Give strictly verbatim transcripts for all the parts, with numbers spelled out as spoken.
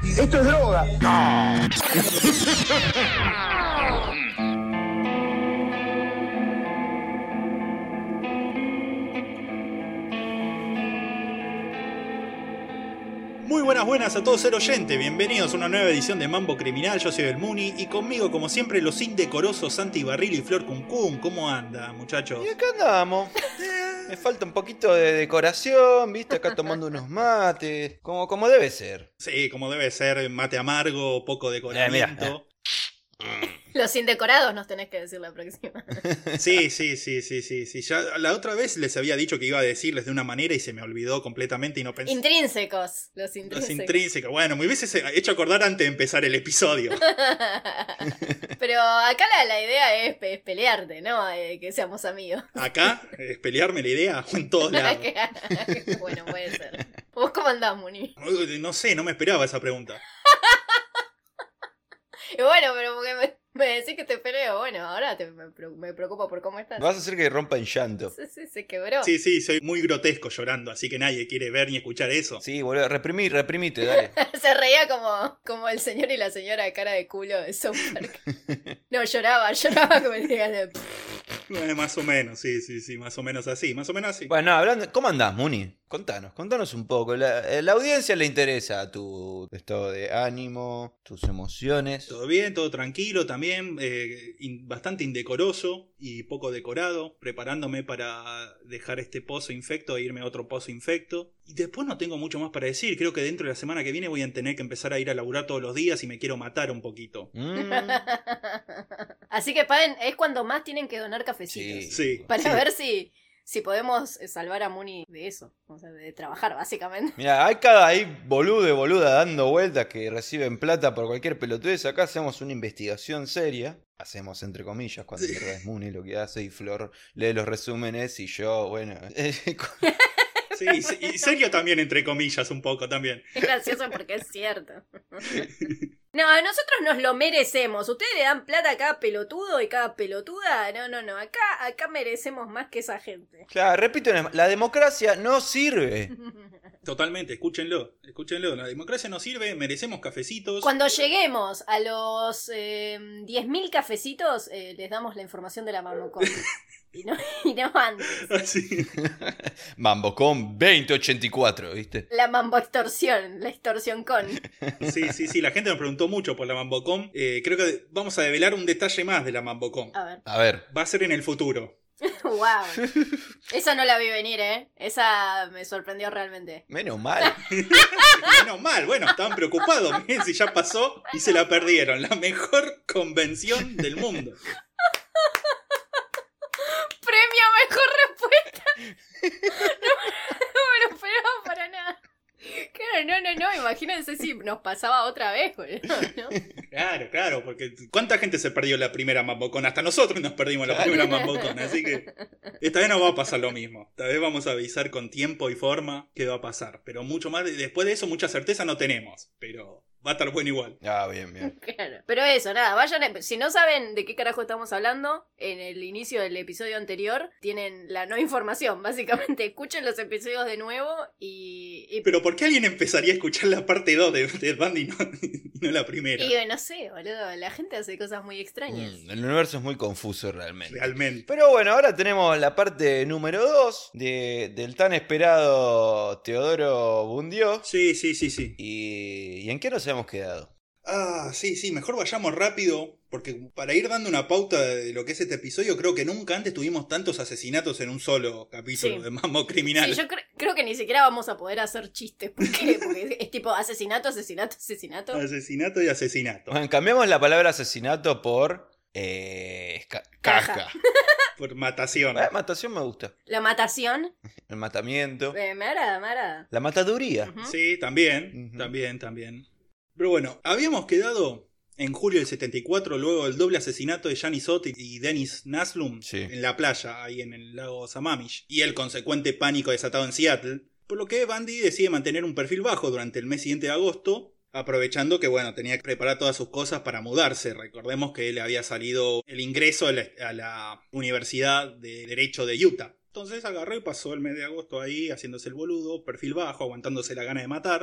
Esto es droga. Muy buenas, buenas a todos ser oyentes, bienvenidos a una nueva edición de Mambo Criminal, yo soy el Muni y conmigo como siempre los indecorosos Santi Barril y Flor Cuncún. ¿Cómo anda, muchachos? Y acá andamos. Me falta un poquito de decoración, viste, acá tomando unos mates, como, como debe ser. Sí, como debe ser, mate amargo, poco decoramiento. Eh, mira, eh. Los indecorados nos tenés que decir la próxima. Sí, sí, sí, sí, sí, sí. Ya la otra vez les había dicho que iba a decirles de una manera y se me olvidó completamente y no pensé. Intrínsecos, los intrínsecos. Los intrínsecos. Bueno, me hubiese hecho acordar antes de empezar el episodio. Pero acá la, la idea es, es pelearte, ¿no? Eh, que seamos amigos. Acá, es pelearme la idea o en todos lados. Bueno, puede ser. ¿Vos cómo andás, Muni? No sé, no me esperaba esa pregunta. Y bueno, pero porque me, me decís que te peleo, bueno, ahora te, me, me preocupo por cómo estás. Vas a hacer que rompa en llanto. Sí, sí, se quebró. Sí, sí, soy muy grotesco llorando, así que nadie quiere ver ni escuchar eso. Sí, boludo, reprimí, reprimite, dale. Se reía como, como el señor y la señora de cara de culo de South Park. No, lloraba, lloraba como el día de... Eh, más o menos, sí, sí, sí, más o menos así, más o menos así. Bueno, no, hablando, ¿cómo andás, Muni? Contanos, contanos un poco. La, la audiencia le interesa tu estado de ánimo, tus emociones. Todo bien, todo tranquilo también, eh, in, bastante indecoroso y poco decorado, preparándome para dejar este pozo infecto e irme a otro pozo infecto. Y después no tengo mucho más para decir, creo que dentro de la semana que viene voy a tener que empezar a ir a laburar todos los días y me quiero matar un poquito. Mm. Así que paguen, es cuando más tienen que donar cafecitos. Sí, Sí, para sí. ver si... Si podemos salvar a Muni de eso, o sea, de trabajar, básicamente. Mira, hay cada ahí boludo y boluda dando vueltas que reciben plata por cualquier pelotudez. Acá hacemos una investigación seria. Hacemos entre comillas cuando Sí. en verdad es Muni lo que hace y Flor lee los resúmenes y yo, bueno... Sí, y, y serio también, entre comillas, un poco también. Es gracioso porque es cierto. No, nosotros nos lo merecemos. Ustedes le dan plata a cada pelotudo y cada pelotuda. No, no, no. Acá, acá merecemos más que esa gente. Claro, repito, la democracia no sirve. Totalmente, escúchenlo, escúchenlo. La democracia no sirve, merecemos cafecitos. Cuando lleguemos a los eh, diez mil cafecitos, eh, les damos la información de la Mamocom. Y no, y no antes. Así. Mambocom veinte ochenta y cuatro, ¿viste? La mambo extorsión, la extorsión con. Sí, sí, sí, la gente nos preguntó mucho por la Mambocom. Eh, creo que vamos a develar un detalle más de la Mambocom. A ver. A ver. Va a ser en el futuro. Wow. Esa no la vi venir, ¿eh? Esa me sorprendió realmente. Menos mal. Menos mal, bueno, estaban preocupados. Miren si ya pasó y se la perdieron. La mejor convención del mundo. ¡Premio a mejor respuesta! No, no me lo esperaba para nada. Claro, no, no, no, imagínense si nos pasaba otra vez, boludo, ¿no? Claro, claro, porque ¿cuánta gente se perdió la primera Mambocom? Hasta nosotros nos perdimos la primera Mambocom, así que esta vez no va a pasar lo mismo. Esta vez vamos a avisar con tiempo y forma qué va a pasar. Pero mucho más, después de eso, mucha certeza no tenemos, pero va a estar bueno igual. Ah, bien, bien. Claro. Pero eso, nada, vayan, a- si no saben de qué carajo estamos hablando, en el inicio del episodio anterior tienen la no información, básicamente. Escuchen los episodios de nuevo y... y Pero ¿por qué alguien empezaría a escuchar la parte dos de Ted Bundy y no, y no la primera? Y no sé, boludo, la gente hace cosas muy extrañas. Mm, el universo es muy confuso realmente. Realmente. Pero bueno, ahora tenemos la parte número dos de, del tan esperado Teodoro Bundió. Sí, sí, sí, sí. ¿Y, ¿y en qué nos hemos quedado? Ah, sí, sí, mejor vayamos rápido, porque para ir dando una pauta de lo que es este episodio, creo que nunca antes tuvimos tantos asesinatos en un solo capítulo Sí. de Mambo Criminal. Sí, yo cre- creo que ni siquiera vamos a poder hacer chistes. ¿Por qué? Porque es tipo asesinato, asesinato, asesinato. Asesinato y asesinato. Bueno, cambiamos la palabra asesinato por... Eh, ca- Caja. caja. Por matación. Eh, matación me gusta. La matación. El matamiento. eh, me agrada, me agrada. La mataduría. Ujú. Sí, también, Ujú. también, también. Pero bueno, habíamos quedado en julio del setenta y cuatro, luego del doble asesinato de Janis Ott y Dennis Naslum Sí. en la playa, ahí en el lago Sammamish, y el consecuente pánico desatado en Seattle, por lo que Bundy decide mantener un perfil bajo durante el mes siguiente de agosto, aprovechando que, bueno, tenía que preparar todas sus cosas para mudarse. Recordemos que le había salido el ingreso a la, a la Universidad de Derecho de Utah. Entonces agarró y pasó el mes de agosto ahí haciéndose el boludo, perfil bajo, aguantándose la gana de matar.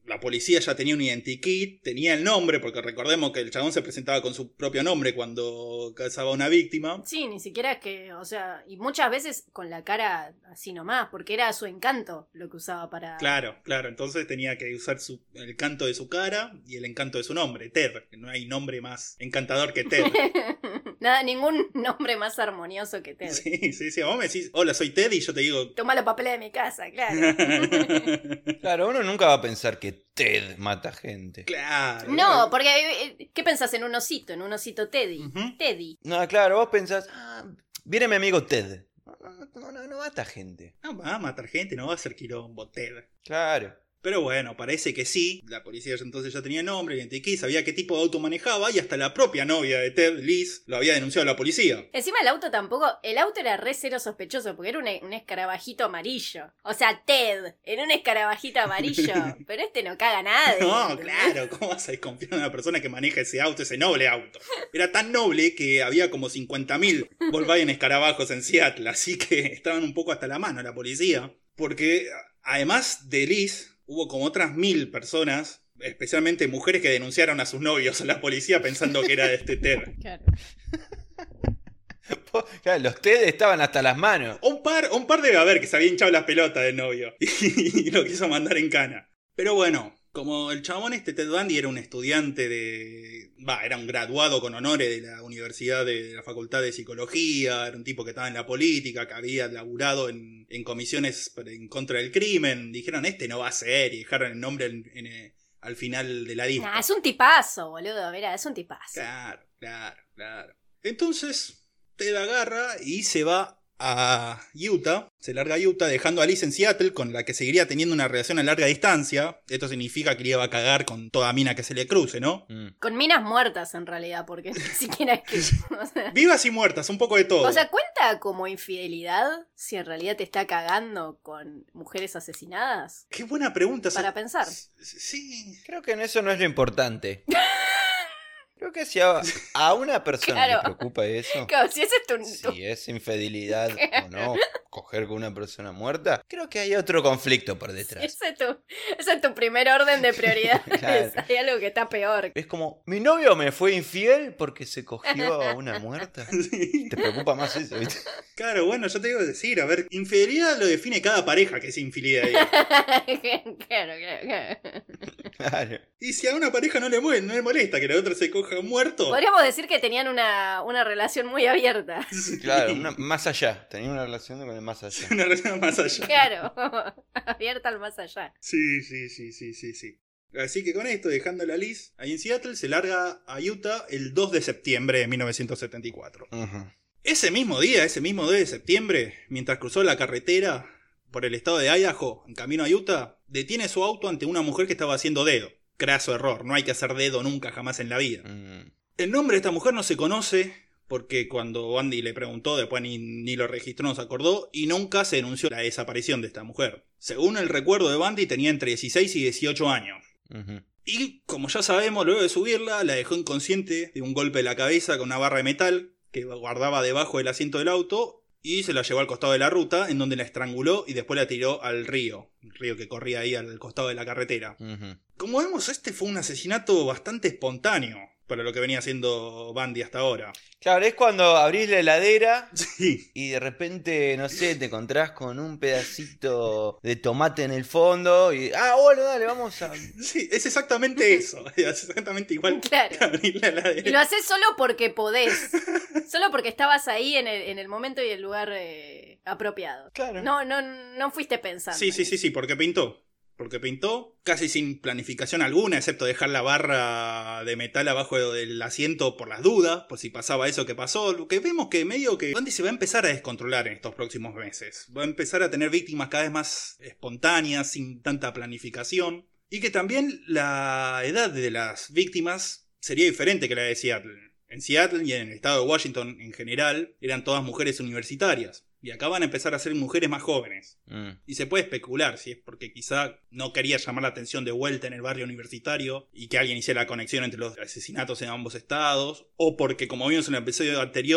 la policía ya tenía un identikit, tenía el nombre, porque recordemos que el chabón se presentaba con su propio nombre cuando cazaba a una víctima. Sí, ni siquiera es que, o sea, y muchas veces con la cara así nomás, porque era su encanto lo que usaba para... Claro, claro, entonces tenía que usar su, el canto de su cara y el encanto de su nombre, Ted, que no hay nombre más encantador que Ted. Nada, ningún nombre más armonioso que Ted. Sí, sí, sí, vos me decís, hola, soy Ted, y yo te digo... Toma los papeles de mi casa, claro. Claro, uno nunca va a pensar que Ted mata gente. Claro. No, porque, ¿qué pensás en un osito? En un osito Teddy. Uh-huh. Teddy. No, claro, vos pensás, ah, viene mi amigo Ted. No, no, no, no mata gente. No va a matar gente, no va a hacer quilombo, Ted. Claro. Pero bueno, parece que sí. La policía entonces ya tenía nombre, identikit, sabía qué tipo de auto manejaba y hasta la propia novia de Ted, Liz, lo había denunciado a la policía. Encima el auto tampoco, el auto era re cero sospechoso porque era un, un escarabajito amarillo. O sea, Ted, en un escarabajito amarillo. Pero este no caga a nadie. No, claro, ¿cómo vas a desconfiar de una persona que maneja ese auto, ese noble auto? Era tan noble que había como cincuenta mil Volkswagen escarabajos en Seattle, así que estaban un poco hasta la mano la policía. Porque además de Liz, hubo como otras mil personas, especialmente mujeres, que denunciaron a sus novios a la policía pensando que era de este Ted. Claro. Claro, los Ted estaban hasta las manos. Un par, un par debe haber que se había hinchado las pelotas del novio y lo quiso mandar en cana. Pero bueno, como el chabón este Ted Bundy era un estudiante de... Va, era un graduado con honores de la Universidad de la Facultad de Psicología, era un tipo que estaba en la política, que había laburado en, en comisiones en contra del crimen. Dijeron, este no va a ser, y dejaron el nombre en, en, en, al final de la lista. Nah, es un tipazo, boludo, mira, es un tipazo. Claro, claro, claro. Entonces, Ted agarra y se va a Utah, se larga a Utah dejando a Liz en Seattle, con la que seguiría teniendo una relación a larga distancia. Esto significa que le iba a cagar con toda mina que se le cruce, ¿no? Mm. Con minas muertas en realidad, porque ni siquiera es que... O sea, Vivas y muertas, un poco de todo. o sea, ¿cuenta como infidelidad si en realidad te está cagando con mujeres asesinadas? Qué buena pregunta. Para pensar. Sí. Creo que en eso no es lo importante. Creo que si a, a una persona Claro. le preocupa eso, Claro, si ese es tu... tu- si es infidelidad o no, coger con una persona muerta, creo que hay otro conflicto por detrás. Ese es tu, ese es tu primer orden de prioridades. Claro. Hay algo que está peor. Es como, mi novio me fue infiel porque se cogió a una muerta. Sí. Te preocupa más eso, ¿viste? Claro, bueno, yo te digo decir, a ver, infidelidad lo define cada pareja que es infidelidad. Claro, claro, claro. Claro. Y si a una pareja no le, mueve, no le molesta que la otra se coja muerto. Podríamos decir que tenían una, una relación muy abierta. Sí. Claro, una- más allá. Tenía una relación con el más allá. Una relación más allá. Claro, abierta al más allá. Sí, sí, sí, sí, sí, sí. Así que con esto, dejando la Liz ahí en Seattle, se larga a Utah el dos de septiembre de mil novecientos setenta y cuatro. Ujú. Ese mismo día, ese mismo dos de septiembre, mientras cruzó la carretera por el estado de Idaho, en camino a Utah, detiene su auto ante una mujer que estaba haciendo dedo. Craso error, no hay que hacer dedo nunca jamás en la vida. Mm. El nombre de esta mujer no se conoce, porque cuando Bundy le preguntó, después ni, ni lo registró, no se acordó, y nunca se denunció la desaparición de esta mujer. Según el recuerdo de Bundy, tenía entre dieciséis y dieciocho años. Ujú. Y, como ya sabemos, luego de subirla, la dejó inconsciente de un golpe de la cabeza con una barra de metal que guardaba debajo del asiento del auto, y se la llevó al costado de la ruta, en donde la estranguló y después la tiró al río, el río que corría ahí al costado de la carretera. Ujú. Como vemos, este fue un asesinato bastante espontáneo para lo que venía haciendo Bundy hasta ahora. Claro, es cuando abrís la heladera Sí. y de repente, no sé, te encontrás con un pedacito de tomate en el fondo y... Ah, bueno, dale, vamos a... Sí, es exactamente eso. Es exactamente igual Claro. que abrir la Y lo heladera. haces solo porque podés. Solo porque estabas ahí en el, en el momento y el lugar eh, apropiado. Claro. No, no, no fuiste pensando. Sí, sí, sí, sí, porque pintó. Porque pintó casi sin planificación alguna, excepto dejar la barra de metal abajo del asiento por las dudas, por si pasaba eso que pasó. Lo que vemos que medio que Bundy se va a empezar a descontrolar en estos próximos meses. Va a empezar a tener víctimas cada vez más espontáneas, sin tanta planificación. Y que también la edad de las víctimas sería diferente que la de Seattle. En Seattle y en el estado de Washington en general eran todas mujeres universitarias. Y acá van a empezar a ser mujeres más jóvenes. Mm. Y se puede especular si es porque quizá no quería llamar la atención de vuelta en el barrio universitario y que alguien hiciera la conexión entre los asesinatos en ambos estados, o porque, como vimos en el episodio anterior,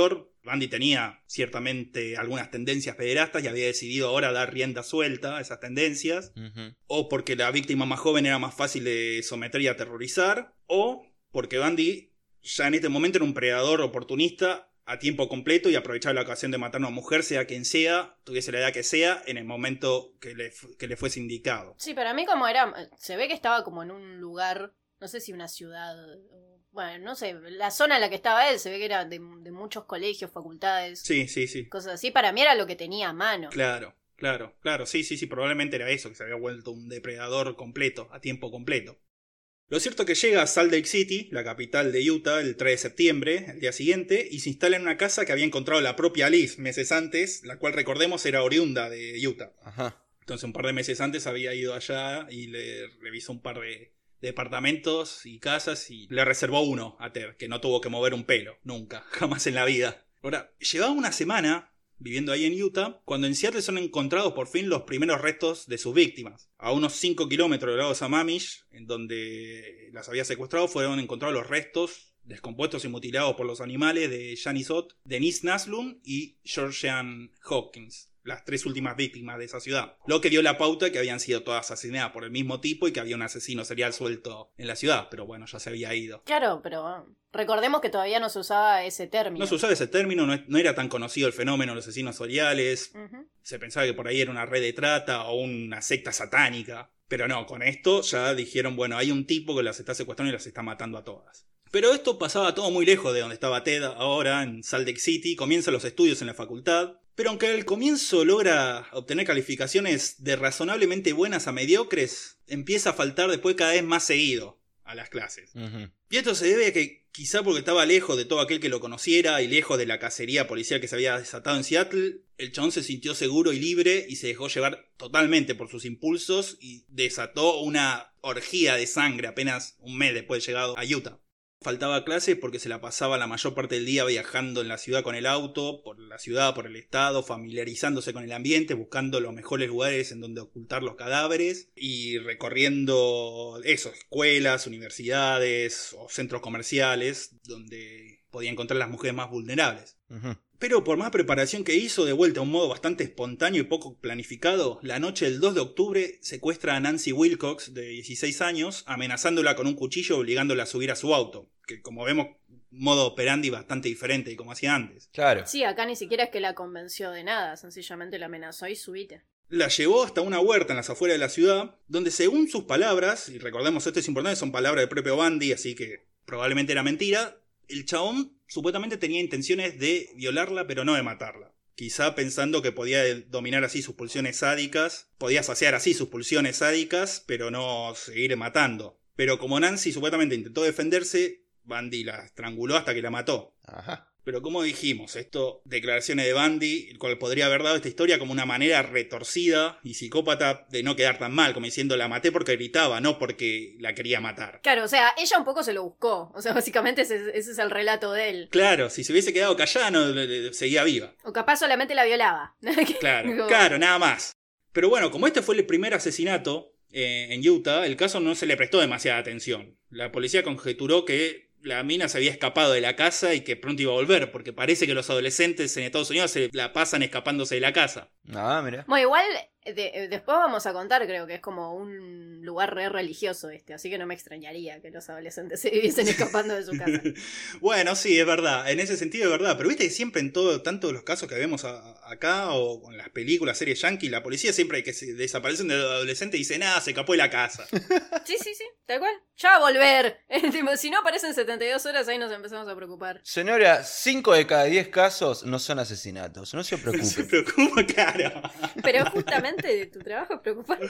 Bundy tenía ciertamente algunas tendencias pederastas y había decidido ahora dar rienda suelta a esas tendencias, Ujú. o porque la víctima más joven era más fácil de someter y aterrorizar, o porque Bundy ya en este momento era un predador oportunista a tiempo completo y aprovechaba la ocasión de matar a una mujer, sea quien sea, tuviese la edad que sea, en el momento que le, que le fuese indicado. Sí, para mí como era, se ve que estaba como en un lugar, no sé si una ciudad, bueno, no sé, la zona en la que estaba él, se ve que era de, de muchos colegios, facultades, Sí, sí, sí. cosas así, para mí era lo que tenía a mano. Claro, claro, claro, sí, sí, sí, probablemente era eso, que se había vuelto un depredador completo, a tiempo completo. Lo cierto es que llega a Salt Lake City, la capital de Utah, el tres de septiembre, el día siguiente, y se instala en una casa que había encontrado la propia Liz meses antes, la cual recordemos era oriunda de Utah. Ajá. Entonces un par de meses antes había ido allá y le revisó un par de departamentos y casas y le reservó uno a Ted, que no tuvo que mover un pelo, nunca, jamás en la vida. Ahora, llevaba una semana viviendo ahí en Utah, cuando en Seattle son encontrados por fin los primeros restos de sus víctimas. A unos cinco kilómetros del lago Sammamish, en donde las había secuestrado, fueron encontrados los restos descompuestos y mutilados por los animales de Janice Ott, Denise Naslund y Georgianne Hawkins, las tres últimas víctimas de esa ciudad. Lo que dio la pauta que habían sido todas asesinadas por el mismo tipo y que había un asesino serial suelto en la ciudad, pero bueno, ya se había ido. Claro, pero recordemos que todavía no se usaba ese término. No se usaba ese término, no, no era tan conocido el fenómeno de los asesinos seriales. Uh-huh. Se pensaba que por ahí era una red de trata o una secta satánica. Pero no, con esto ya dijeron, bueno, hay un tipo que las está secuestrando y las está matando a todas. Pero esto pasaba todo muy lejos de donde estaba Ted ahora, en Salt Lake City. Comienza los estudios en la facultad. Pero aunque al comienzo logra obtener calificaciones de razonablemente buenas a mediocres, empieza a faltar después cada vez más seguido a las clases. Ujú. Y esto se debe a que quizá porque estaba lejos de todo aquel que lo conociera y lejos de la cacería policial que se había desatado en Seattle, el chabón se sintió seguro y libre y se dejó llevar totalmente por sus impulsos y desató una orgía de sangre apenas un mes después de llegado a Utah. Faltaba clases porque se la pasaba la mayor parte del día viajando en la ciudad con el auto, por la ciudad, por el estado, familiarizándose con el ambiente, buscando los mejores lugares en donde ocultar los cadáveres y recorriendo eso, escuelas, universidades o centros comerciales donde podía encontrar las mujeres más vulnerables. Ujú. Pero por más preparación que hizo, de vuelta a un modo bastante espontáneo y poco planificado, la noche del dos de octubre secuestra a Nancy Wilcox, de dieciséis años, amenazándola con un cuchillo obligándola a subir a su auto, que como vemos, modo operandi bastante diferente de como hacía antes. Claro. Sí, acá ni siquiera es que la convenció de nada, sencillamente la amenazó y subite. La llevó hasta una huerta en las afueras de la ciudad, donde según sus palabras, y recordemos esto es importante, son palabras del propio Bundy, así que probablemente era mentira, el chabón supuestamente tenía intenciones de violarla, pero no de matarla. Quizá pensando que podía dominar así sus pulsiones sádicas, podía saciar así sus pulsiones sádicas, pero no seguir matando. Pero como Nancy supuestamente intentó defenderse, Bundy la estranguló hasta que la mató. Ajá. Pero como dijimos, esto, declaraciones de Bundy, el cual podría haber dado esta historia como una manera retorcida y psicópata de no quedar tan mal, como diciendo la maté porque gritaba, no porque la quería matar. Claro, o sea, ella un poco se lo buscó. O sea, básicamente ese, ese es el relato de él. Claro, si se hubiese quedado callada, no, le- le- seguía viva. O capaz solamente la violaba. Claro, Como- claro, nada más. Pero bueno, como este fue el primer asesinato eh, en Utah, el caso no se le prestó demasiada atención. La policía conjeturó que la mina se había escapado de la casa y que pronto iba a volver, porque parece que los adolescentes en Estados Unidos se la pasan escapándose de la casa. Ah, mira. Bueno, igual de- después vamos a contar, creo que es como un lugar re religioso este, así que no me extrañaría que los adolescentes se viviesen escapando de su casa. Bueno, sí, es verdad, en ese sentido es verdad, pero viste que siempre en todo, tanto los casos que vemos a- acá o en las películas, series yankee, la policía siempre que se desaparecen de los adolescentes dice, nada, se escapó de la casa. Sí, sí, sí, tal cual. Ya va a volver. Tipo, si no aparecen setenta y dos horas, ahí nos empezamos a preocupar. Señora, cinco de cada diez casos no son asesinatos. No se No se preocupe. preocupa, claro. Pero justamente tu trabajo es preocupante.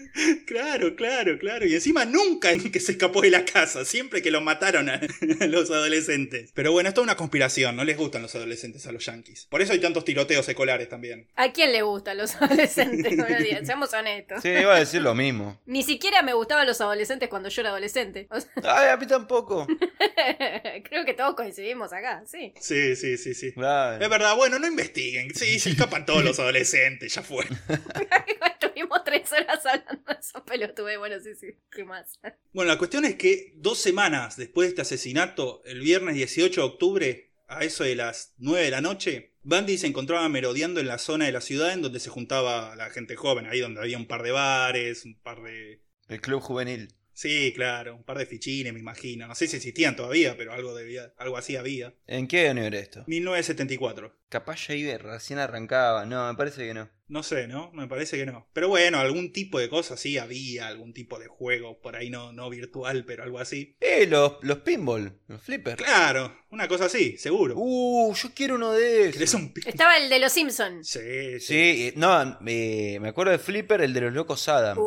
Claro, claro, claro. Y encima nunca que se escapó de la casa, siempre que los mataron a los adolescentes. Pero bueno, esto es una conspiración, no les gustan los adolescentes a los yankees. Por eso hay tantos tiroteos escolares también. ¿A quién le gustan los adolescentes? Bueno, diga, seamos honestos. Sí, iba a decir lo mismo. Ni siquiera me gustaban los adolescentes cuando yo era adolescente. O sea, Ay, a mí tampoco. creo que todos coincidimos acá, sí. Sí, sí, sí, sí. Claro. Es verdad, bueno, no investiguen. Sí, se escapan todos los adolescentes, ya fue. Estuvimos tres horas hablando de eso, pelotude. Bueno, sí, sí. ¿Qué más? Bueno, la cuestión es que dos semanas después de este asesinato, el viernes dieciocho de octubre, a eso de las nueve de la noche, Bundy se encontraba merodeando en la zona de la ciudad en donde se juntaba la gente joven, ahí donde había un par de bares, un par de... El club juvenil. Sí, claro, un par de fichines, me imagino. No sé si existían todavía, pero algo debía, algo así había. ¿En qué año era esto? mil novecientos setenta y cuatro. Capaz ya iba, recién arrancaba. No, me parece que no. No sé, ¿no? Me parece que no. Pero bueno, algún tipo de cosa sí había, algún tipo de juego, por ahí no, no virtual, pero algo así. Eh, los, los pinball, los flippers. Claro, una cosa así, seguro. Uh, yo quiero uno de esos. ¿Querés un pi- Estaba el de los Simpsons. Sí, sí. Sí, eh, no, eh, me acuerdo de Flipper, el de los locos Adam.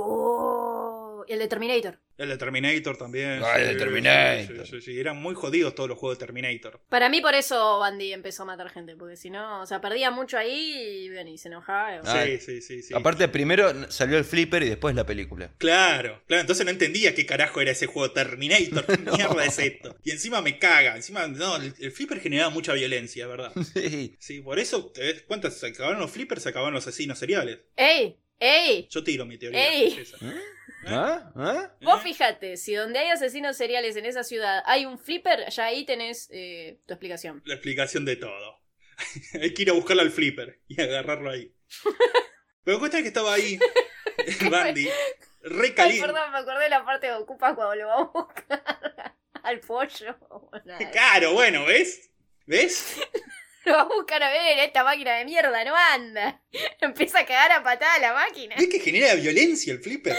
Oh, y el de Terminator. El de Terminator también. Ah, el de sí, Terminator. Sí, sí, sí, eran muy jodidos todos los juegos de Terminator. Para mí por eso Bundy empezó a matar gente, porque si no, o sea, perdía mucho ahí y, bueno, y se enojaba. y- Ah, Sí, sí, sí, sí. Aparte, primero salió el Flipper y después la película. Claro, claro, entonces no entendía qué carajo era ese juego Terminator, qué mierda es esto. Y encima me caga, encima, no, el, el flipper generaba mucha violencia, ¿verdad? Sí. Sí, por eso, ¿te das cuenta? Se acabaron los flippers, se acabaron los asesinos seriales. ¡Ey! ¡Ey! Yo tiro mi teoría. Ey. es esa. ¿Ah? ¿Ah? Vos fíjate, si donde hay asesinos seriales en esa ciudad hay un flipper, ya ahí tenés eh, tu explicación. La explicación de todo. Hay que ir a buscarlo al flipper y agarrarlo ahí. Pero cuenta que estaba ahí, Bundy, re Ay, caliente. perdón, me acordé de la parte de Ocupa cuando lo vamos a buscar al pollo. Nada. Claro, bueno, ¿ves? ¿Ves? Lo va a buscar a ver, esta máquina de mierda no anda. Empieza a cagar a patada la máquina. ¿Ves que genera violencia el flipper?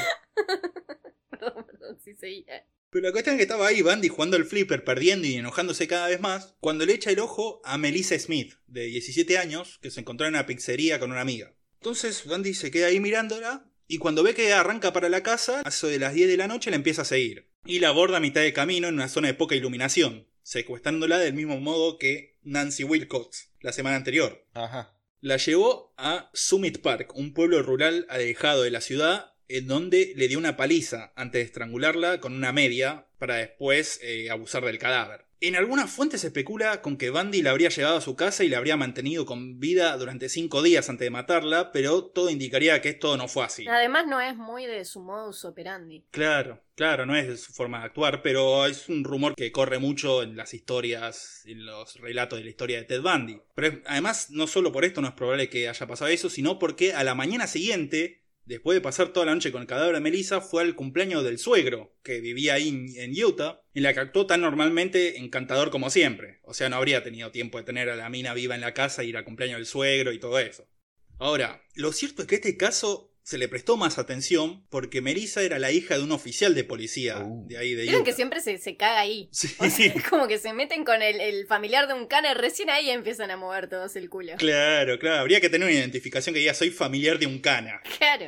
Perdón, perdón, sí seguía. Pero la cuestión es que estaba ahí Bundy jugando al flipper, perdiendo y enojándose cada vez más, cuando le echa el ojo a Melissa Smith, de diecisiete años, que se encontró en una pizzería con una amiga. Entonces Bundy se queda ahí mirándola, y cuando ve que arranca para la casa, a eso de las diez de la noche la empieza a seguir. Y la aborda a mitad de camino en una zona de poca iluminación, secuestrándola del mismo modo que Nancy Wilcox, la semana anterior. Ajá. La llevó a Summit Park, un pueblo rural alejado de la ciudad, en donde le dio una paliza antes de estrangularla con una media para después eh, abusar del cadáver. En algunas fuentes se especula con que Bundy la habría llevado a su casa y la habría mantenido con vida durante cinco días antes de matarla, pero todo indicaría que esto no fue así. Además no es muy de su modus operandi. Claro, claro, no es de su forma de actuar, pero es un rumor que corre mucho en las historias, en los relatos de la historia de Ted Bundy. Pero es- además, no solo por esto no es probable que haya pasado eso, sino porque a la mañana siguiente, después de pasar toda la noche con el cadáver de Melissa, fue al cumpleaños del suegro, que vivía ahí en- en Utah, en la que actuó tan normalmente encantador como siempre. O sea, no habría tenido tiempo de tener a la mina viva en la casa, ir al cumpleaños del suegro y todo eso. Ahora, lo cierto es que este caso se le prestó más atención porque Melissa era la hija de un oficial de policía Uh. de ahí de Vieron Utah. que siempre se, se caga ahí. Sí, O sea, es como que se meten con el, el familiar de un cana, recién ahí empiezan a mover todos el culo. claro, claro. Habría que tener una identificación que diga soy familiar de un cana. Claro.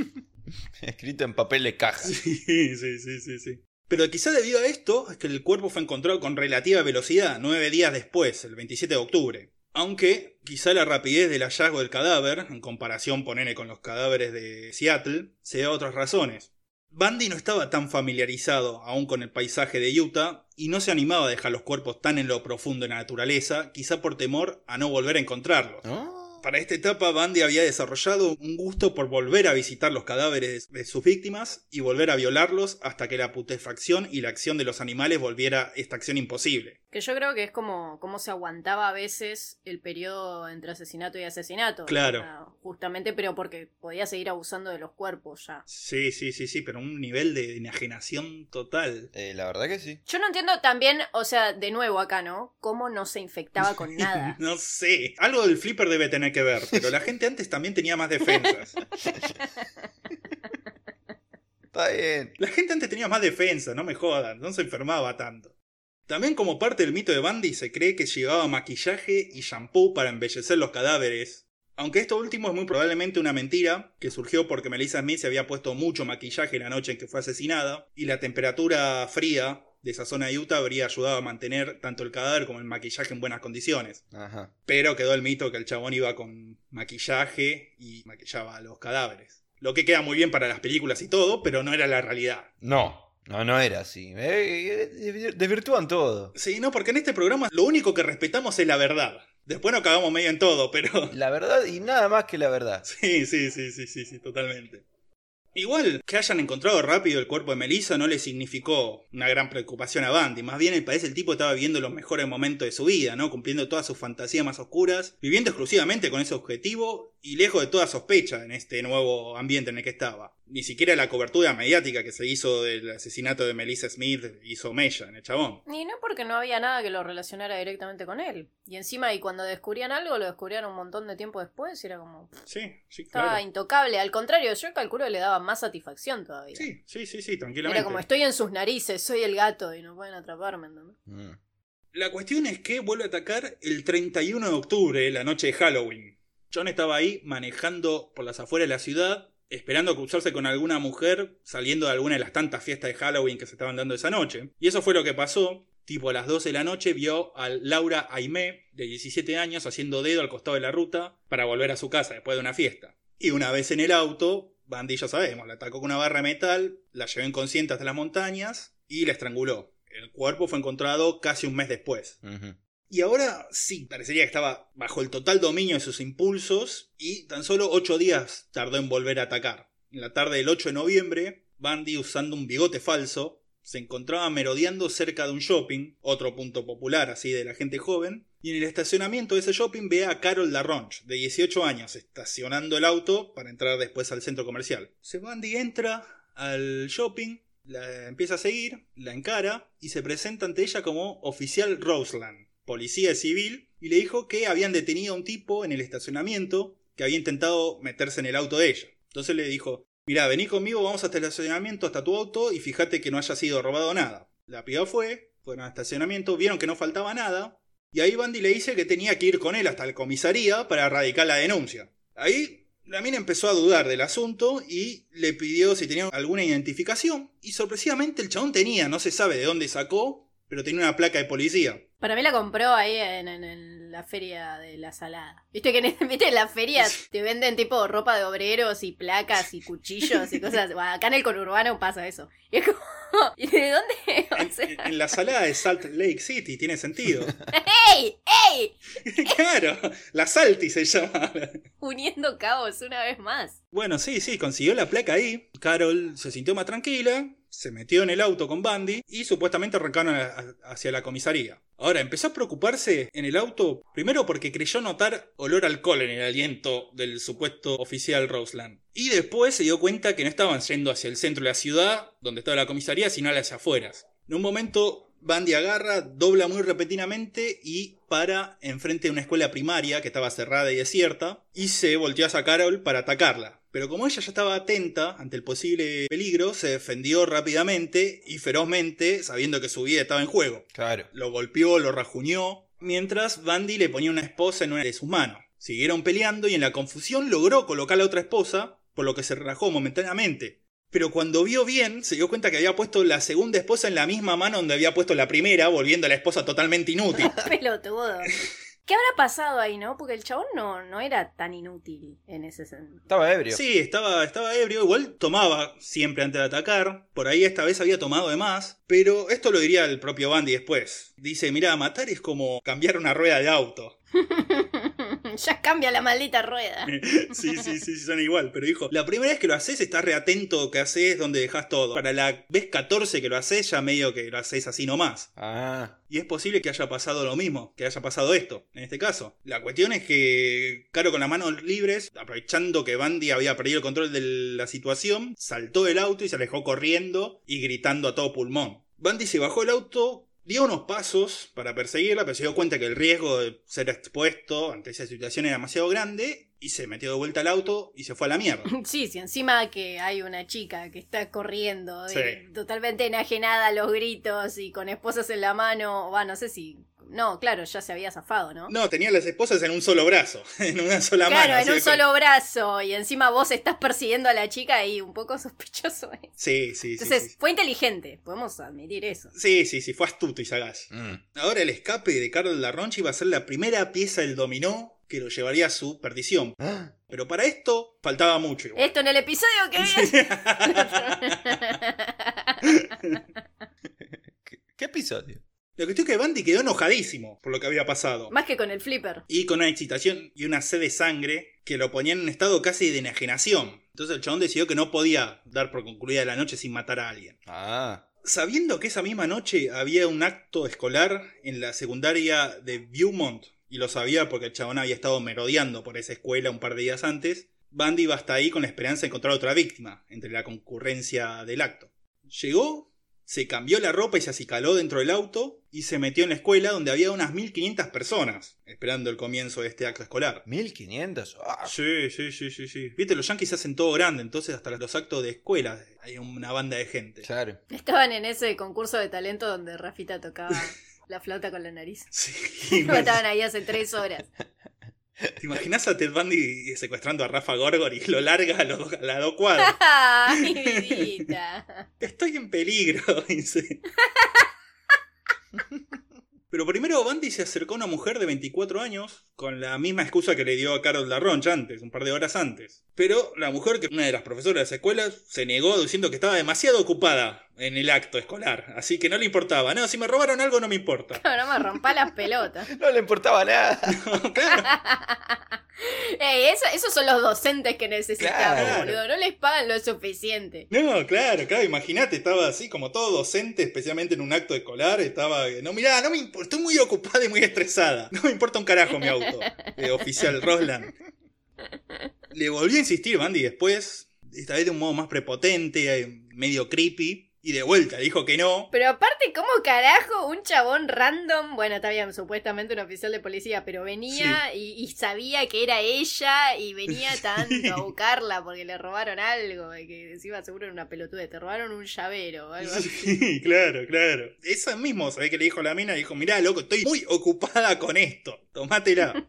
Escrito en papel de caja. Sí, sí, sí, sí, sí. Pero quizá debido a esto es que el cuerpo fue encontrado con relativa velocidad, nueve días después, el veintisiete de octubre. Aunque quizá la rapidez del hallazgo del cadáver, en comparación ponele con los cadáveres de Seattle, se debe a otras razones. Bundy no estaba tan familiarizado aún con el paisaje de Utah y no se animaba a dejar los cuerpos tan en lo profundo de la naturaleza, quizá por temor a no volver a encontrarlos. ¿No? Para esta etapa, Bundy había desarrollado un gusto por volver a visitar los cadáveres de sus víctimas y volver a violarlos hasta que la putrefacción y la acción de los animales volviera esta acción imposible. Que yo creo que es como, como se aguantaba a veces el periodo entre asesinato y asesinato. Claro. O sea, justamente, pero porque podía seguir abusando de los cuerpos ya. Sí, sí, sí, sí, pero un nivel de enajenación total. Eh, la verdad que sí. Yo no entiendo también, o sea, de nuevo acá, ¿no? Cómo no se infectaba con nada. No sé, algo del flipper debe tener que ver, pero la gente antes también tenía más defensas. Está bien. La gente antes tenía más defensa, no me jodan, no se enfermaba tanto. También como parte del mito de Bundy se cree que llevaba maquillaje y shampoo para embellecer los cadáveres. Aunque esto último es muy probablemente una mentira, que surgió porque Melissa Smith se había puesto mucho maquillaje la noche en que fue asesinada, y la temperatura fría de esa zona de Utah habría ayudado a mantener tanto el cadáver como el maquillaje en buenas condiciones. Ajá. Pero quedó el mito que el chabón iba con maquillaje y maquillaba a los cadáveres. Lo que queda muy bien para las películas y todo, pero no era la realidad. No, no, no era así. Eh, eh, desvirtúan todo. Sí, no, porque en este programa lo único que respetamos es la verdad. Después nos cagamos medio en todo, pero... La verdad y nada más que la verdad. Sí, sí, sí, sí, sí, sí, totalmente. Igual, que hayan encontrado rápido el cuerpo de Melissa no le significó una gran preocupación a Bundy. Más bien, parece el tipo estaba viviendo los mejores momentos de su vida, ¿no? Cumpliendo todas sus fantasías más oscuras, viviendo exclusivamente con ese objetivo y lejos de toda sospecha en este nuevo ambiente en el que estaba. Ni siquiera la cobertura mediática que se hizo del asesinato de Melissa Smith hizo mella en el chabón. Y no porque no había nada que lo relacionara directamente con él. Y encima, y cuando descubrían algo, lo descubrían un montón de tiempo después y era como... Sí, sí, estaba claro. intocable. Al contrario, yo calculo que le daba más satisfacción todavía. Sí, sí, sí, sí, tranquilamente. Era como, estoy en sus narices, soy el gato y no pueden atraparme, ¿entendés? Mm. La cuestión es que vuelve a atacar el treinta y uno de octubre, la noche de Halloween. John estaba ahí manejando por las afueras de la ciudad, esperando cruzarse con alguna mujer saliendo de alguna de las tantas fiestas de Halloween que se estaban dando esa noche. Y eso fue lo que pasó. Tipo a las doce de la noche vio a Laura Aimé, de diecisiete años, haciendo dedo al costado de la ruta para volver a su casa después de una fiesta. Y una vez en el auto, Bundy, ya sabemos, la atacó con una barra de metal, la llevó inconsciente hasta las montañas y la estranguló. El cuerpo fue encontrado casi un mes después. Uh-huh. Y ahora sí, parecería que estaba bajo el total dominio de sus impulsos y tan solo ocho días tardó en volver a atacar. En la tarde del ocho de noviembre, Bundy, usando un bigote falso, se encontraba merodeando cerca de un shopping, otro punto popular así de la gente joven, y en el estacionamiento de ese shopping ve a Carol Larronch, de dieciocho años, estacionando el auto para entrar después al centro comercial. Se Bundy entra al shopping, la empieza a seguir, la encara y se presenta ante ella como oficial Roseland, policía civil, y le dijo que habían detenido a un tipo en el estacionamiento que había intentado meterse en el auto de ella. Entonces le dijo: mirá, vení conmigo, vamos hasta el estacionamiento, hasta tu auto, y fíjate que no haya sido robado nada. La piba fue, fueron al estacionamiento, vieron que no faltaba nada, y ahí Bundy le dice que tenía que ir con él hasta la comisaría para radicar la denuncia. Ahí la mina empezó a dudar del asunto y le pidió si tenía alguna identificación, y sorpresivamente el chabón tenía, no se sabe de dónde sacó, pero tenía una placa de policía. Para mí la compró ahí en, en, en la feria de la Salada. Viste que en, ¿viste? en la feria te venden tipo ropa de obreros y placas y cuchillos y cosas. Bueno, acá en el conurbano pasa eso. Y es como, ¿y de dónde? O sea... en, en la Salada de Salt Lake City, tiene sentido. ¡Ey! ¡Ey! Claro, la Salty se llama. Uniendo cabos una vez más. Bueno, sí, sí, consiguió la placa ahí. Carol se sintió más tranquila, se metió en el auto con Bundy y supuestamente arrancaron a, a, hacia la comisaría. Ahora, empezó a preocuparse en el auto, primero porque creyó notar olor a alcohol en el aliento del supuesto oficial Roseland. Y después se dio cuenta que no estaban yendo hacia el centro de la ciudad, donde estaba la comisaría, sino hacia afueras. En un momento, Bundy agarra, dobla muy repentinamente y para enfrente de una escuela primaria que estaba cerrada y desierta, y se volteó hacia Carol para atacarla. Pero como ella ya estaba atenta ante el posible peligro, se defendió rápidamente y ferozmente, sabiendo que su vida estaba en juego. Claro. Lo golpeó, lo rajuñó, mientras Bundy le ponía una esposa en una de sus manos. Siguieron peleando y en la confusión logró colocar a la otra esposa, por lo que se relajó momentáneamente. Pero cuando vio bien, se dio cuenta que había puesto la segunda esposa en la misma mano donde había puesto la primera, volviendo a la esposa totalmente inútil. Pelotudo. ¿Qué habrá pasado ahí, no? Porque el chabón no, no era tan inútil en ese sentido. Estaba ebrio. Sí, estaba, estaba ebrio. Igual tomaba siempre antes de atacar. Por ahí esta vez había tomado de más. Pero esto lo diría el propio Bundy después. Dice, mirá, matar es como cambiar una rueda de auto. Ya cambia la maldita rueda. Sí, sí, sí, son igual. Pero dijo, la primera vez que lo haces estás reatento que haces donde dejas todo. Para la vez catorce que lo haces ya medio que lo haces así nomás. Ah. Y es posible que haya pasado lo mismo, que haya pasado esto, en este caso. La cuestión es que Caro con las manos libres, aprovechando que Bundy había perdido el control de la situación, saltó del auto y se alejó corriendo y gritando a todo pulmón. Bundy se bajó del auto, dio unos pasos para perseguirla, pero se dio cuenta que el riesgo de ser expuesto ante esa situación era demasiado grande y se metió de vuelta al auto y se fue a la mierda. Sí, sí, encima que hay una chica que está corriendo, de, Sí. totalmente enajenada a los gritos y con esposas en la mano, va, no sé si... No, claro, ya se había zafado, ¿no? No, tenía las esposas en un solo brazo, en una sola Claro, mano. en así un de- solo brazo y encima vos estás persiguiendo a la chica y un poco sospechoso es. Sí, sí, sí. Entonces, sí. fue inteligente, podemos admitir eso. Sí, sí, sí, fue astuto y sagaz. Mm. Ahora el escape de Carol Larronch iba a ser la primera pieza del dominó que lo llevaría a su perdición. Ah. Pero para esto faltaba mucho igual. Esto en el episodio que viene. ¿Qué, qué episodio? La cuestión es que Bundy quedó enojadísimo por lo que había pasado. Más que con el flipper. Y con una excitación y una sed de sangre que lo ponía en un estado casi de enajenación. Entonces el chabón decidió que no podía dar por concluida la noche sin matar a alguien. Ah. Sabiendo que esa misma noche había un acto escolar en la secundaria de Viewmont, y lo sabía porque el chabón había estado merodeando por esa escuela un par de días antes, Bundy iba hasta ahí con la esperanza de encontrar otra víctima entre la concurrencia del acto. Llegó, se cambió la ropa y se acicaló dentro del auto y se metió en la escuela donde había unas mil quinientas personas esperando el comienzo de este acto escolar. ¿mil quinientos? Ah. Sí, sí, sí, sí, sí. Viste, los yankees hacen todo grande, entonces hasta los actos de escuela hay una banda de gente. Claro. Estaban en ese concurso de talento donde Rafita tocaba la flauta con la nariz. Sí, Estaban ahí hace tres horas. ¿Te imaginas a Ted Bundy secuestrando a Rafa Gorgor y lo larga a, lo, a las dos cuadras? ¡Ay, vidita! Estoy en peligro, dice. Pero primero Bundy se acercó a una mujer de veinticuatro años con la misma excusa que le dio a Carol LaRonch antes, un par de horas antes. Pero la mujer, que una de las profesoras de esa escuela, se negó diciendo que estaba demasiado ocupada en el acto escolar, así que no le importaba. No, si me robaron algo no me importa. No, no me rompa las pelotas. No le importaba nada. Claro. Ey, eso, esos son los docentes que necesitamos, Claro. boludo. No les pagan lo suficiente. No, claro, claro, imagínate, estaba así como todo docente, especialmente en un acto escolar, estaba, no, mirá, no me importa, estoy muy ocupada y muy estresada, no me importa un carajo mi auto, eh, oficial Rosland. Le volvió a insistir Bundy después, esta vez de un modo más prepotente, eh, medio creepy, y de vuelta dijo que no. Pero aparte, ¿cómo carajo un chabón random? Bueno, está bien, supuestamente un oficial de policía, pero venía Sí. y, y sabía que era ella y venía tanto a buscarla porque le robaron algo, y que encima seguro era una pelotuda, te robaron un llavero o algo así. Sí, claro, claro. Esa mismo, ¿sabés qué le dijo la mina? Dijo, mirá, loco, estoy muy ocupada con esto, tomátela.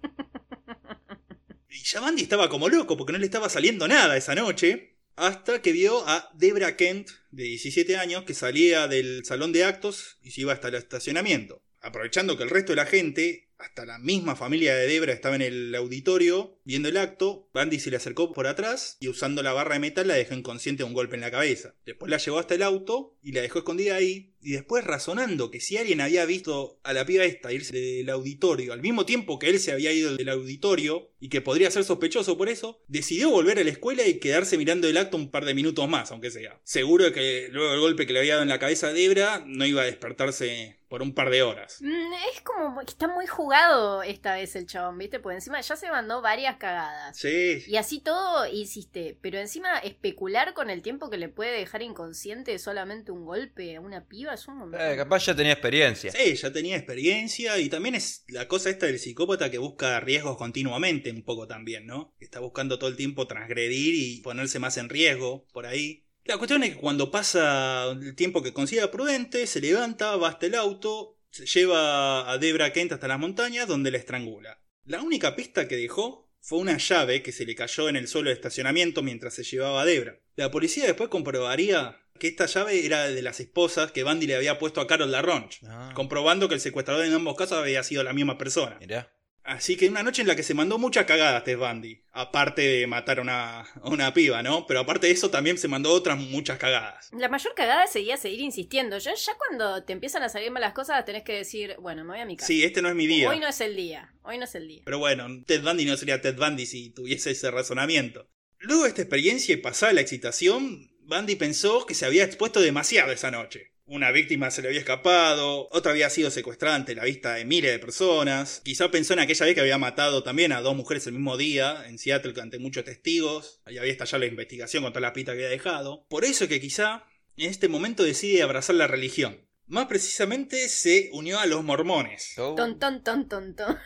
Y ya Bundy estaba como loco porque no le estaba saliendo nada esa noche. Hasta que vio a Debra Kent, de diecisiete años, que salía del salón de actos y se iba hasta el estacionamiento. Aprovechando que el resto de la gente, hasta la misma familia de Debra, estaba en el auditorio viendo el acto, Bundy se le acercó por atrás y usando la barra de metal la dejó inconsciente de un golpe en la cabeza. Después la llevó hasta el auto y la dejó escondida ahí. Y después, razonando que si alguien había visto a la piba esta irse del auditorio al mismo tiempo que él se había ido del auditorio y que podría ser sospechoso por eso, decidió volver a la escuela y quedarse mirando el acto un par de minutos más, aunque sea. Seguro de que luego del golpe que le había dado en la cabeza a Debra no iba a despertarse por un par de horas. Mm, es como que está muy jugado esta vez el chabón, ¿viste? Porque encima ya se mandó varias cagadas. Sí. Y así todo, insiste, pero encima especular con el tiempo que le puede dejar inconsciente solamente un golpe a una piba es un montón. Eh, capaz ya tenía experiencia. Sí, ya tenía experiencia y también es la cosa esta del psicópata que busca riesgos continuamente un poco también, ¿no? Que está buscando todo el tiempo transgredir y ponerse más en riesgo por ahí. La cuestión es que cuando pasa el tiempo que considera prudente, se levanta, va hasta el auto, se lleva a Debra Kent hasta las montañas donde la estrangula. La única pista que dejó fue una llave que se le cayó en el suelo de estacionamiento mientras se llevaba a Debra. La policía después comprobaría que esta llave era de las esposas que Bundy le había puesto a Carol LaRonch, Ah. comprobando que el secuestrador en ambos casos había sido la misma persona. Mirá. Así que una noche en la que se mandó muchas cagadas Ted Bundy, aparte de matar a una, a una piba, ¿no? Pero aparte de eso también se mandó otras muchas cagadas. La mayor cagada sería seguir insistiendo. Yo ya cuando te empiezan a salir malas cosas tenés que decir, bueno, me voy a mi casa. Sí, este no es mi día. Hoy no es el día, hoy no es el día. Pero bueno, Ted Bundy no sería Ted Bundy si tuviese ese razonamiento. Luego de esta experiencia y pasada la excitación, Bundy pensó que se había expuesto demasiado esa noche. Una víctima se le había escapado, otra había sido secuestrada ante la vista de miles de personas. Quizá pensó en aquella vez que había matado también a dos mujeres el mismo día, en Seattle, ante muchos testigos. Ahí había estallado la investigación con toda la pista que había dejado. Por eso es que quizá en este momento decide abrazar la religión. Más precisamente se unió a los mormones. Oh. Ton, ton, ton, ton, ton.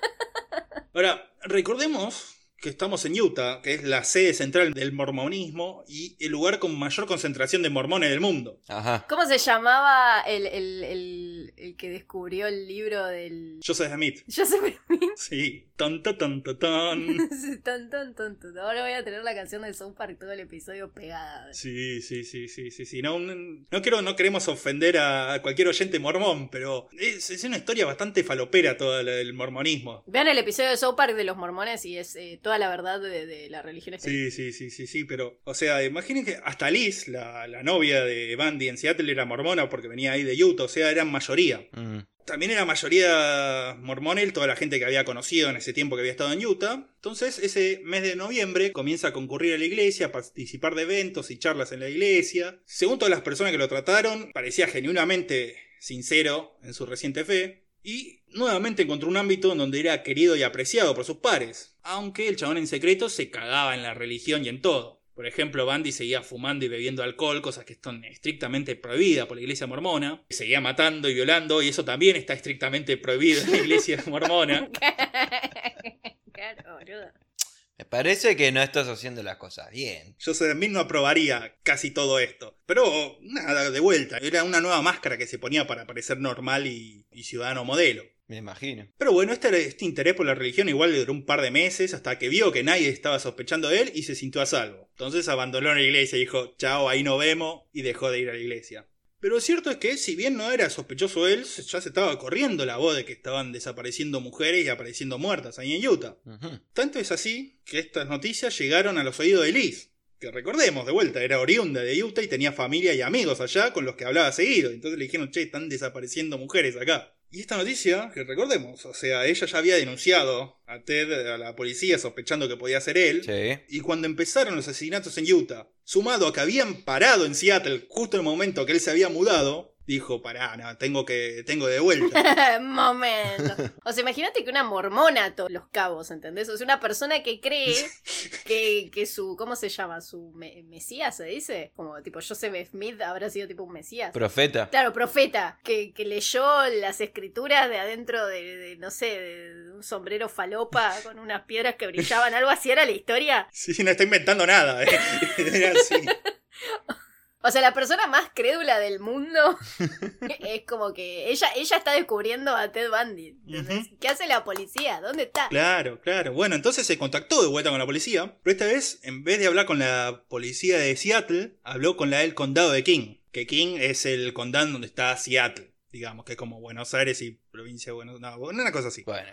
Ahora, recordemos que estamos en Utah, que es la sede central del mormonismo y el lugar con mayor concentración de mormones del mundo. Ajá. ¿Cómo se llamaba el, el, el, el que descubrió el libro del... Joseph Smith. Joseph Smith? Sí. Ton, ton, ton, ton, ton. Ton, ton, ton, ton. Ahora voy a tener la canción de South Park todo el episodio pegada. Sí, sí, sí, sí, sí, sí. No, no, quiero, no queremos ofender a cualquier oyente mormón, pero es, es una historia bastante falopera todo el, el mormonismo. Vean el episodio de South Park de los mormones y es eh, toda la verdad de, de la religión espiritual. Sí, sí, sí, sí, sí, pero, o sea, imaginen que hasta Liz, la, la novia de Bundy en Seattle, era mormona porque venía ahí de Utah, o sea, eran mayoría. Mm. también era mayoría mormón toda la gente que había conocido en ese tiempo que había estado en Utah. Entonces, ese mes de noviembre comienza a concurrir a la iglesia, a participar de eventos y charlas en la iglesia. Según todas las personas que lo trataron, parecía genuinamente sincero en su reciente fe. Y nuevamente encontró un ámbito en donde era querido y apreciado por sus pares. Aunque el chabón en secreto se cagaba en la religión y en todo. Por ejemplo, Bundy seguía fumando y bebiendo alcohol, cosas que están estrictamente prohibidas por la iglesia mormona. Seguía matando y violando, y eso también está estrictamente prohibido en la iglesia mormona. Claro, boludo. Me parece que no estás haciendo las cosas bien. Yo también no aprobaría casi todo esto. Pero nada, de vuelta. Era una nueva máscara que se ponía para parecer normal y, y ciudadano modelo. Me imagino. Pero bueno, este, este interés por la religión igual le duró un par de meses hasta que vio que nadie estaba sospechando de él y se sintió a salvo. Entonces abandonó la iglesia y dijo, chao, ahí nos vemos, y dejó de ir a la iglesia. Pero lo cierto es que, si bien no era sospechoso él, ya se estaba corriendo la voz de que estaban desapareciendo mujeres y apareciendo muertas ahí en Utah. Uh-huh. Tanto es así que estas noticias llegaron a los oídos de Liz, que recordemos, de vuelta, era oriunda de Utah y tenía familia y amigos allá con los que hablaba seguido. Entonces le dijeron, che, están desapareciendo mujeres acá. Y esta noticia, que recordemos, o sea, ella ya había denunciado a Ted a la policía sospechando que podía ser él. Sí. Y cuando empezaron los asesinatos en Utah, sumado a que habían parado en Seattle justo en el momento que él se había mudado, dijo, pará, no, tengo que, tengo de vuelta. Momento. O sea, imagínate que una mormona a todos los cabos, ¿entendés? O sea, una persona que cree que, que su, ¿cómo se llama? Su me, mesías, ¿se dice? Como tipo Joseph Smith habrá sido tipo un mesías. Profeta. Claro, profeta. Que, que leyó las escrituras de adentro de, de no sé, de un sombrero falopa con unas piedras que brillaban. Algo así era la historia. Sí, no está inventando nada. ¿eh? Era así. O sea, la persona más crédula del mundo es como que ella, ella está descubriendo a Ted Bundy. Entonces, uh-huh. ¿Qué hace la policía? ¿Dónde está? Claro, claro. Bueno, entonces se contactó de vuelta con la policía, pero esta vez, en vez de hablar con la policía de Seattle, habló con la del condado de King. Que King es el condado donde está Seattle, digamos, que es como Buenos Aires y provincia de Buenos Aires. No, una cosa así. Bueno.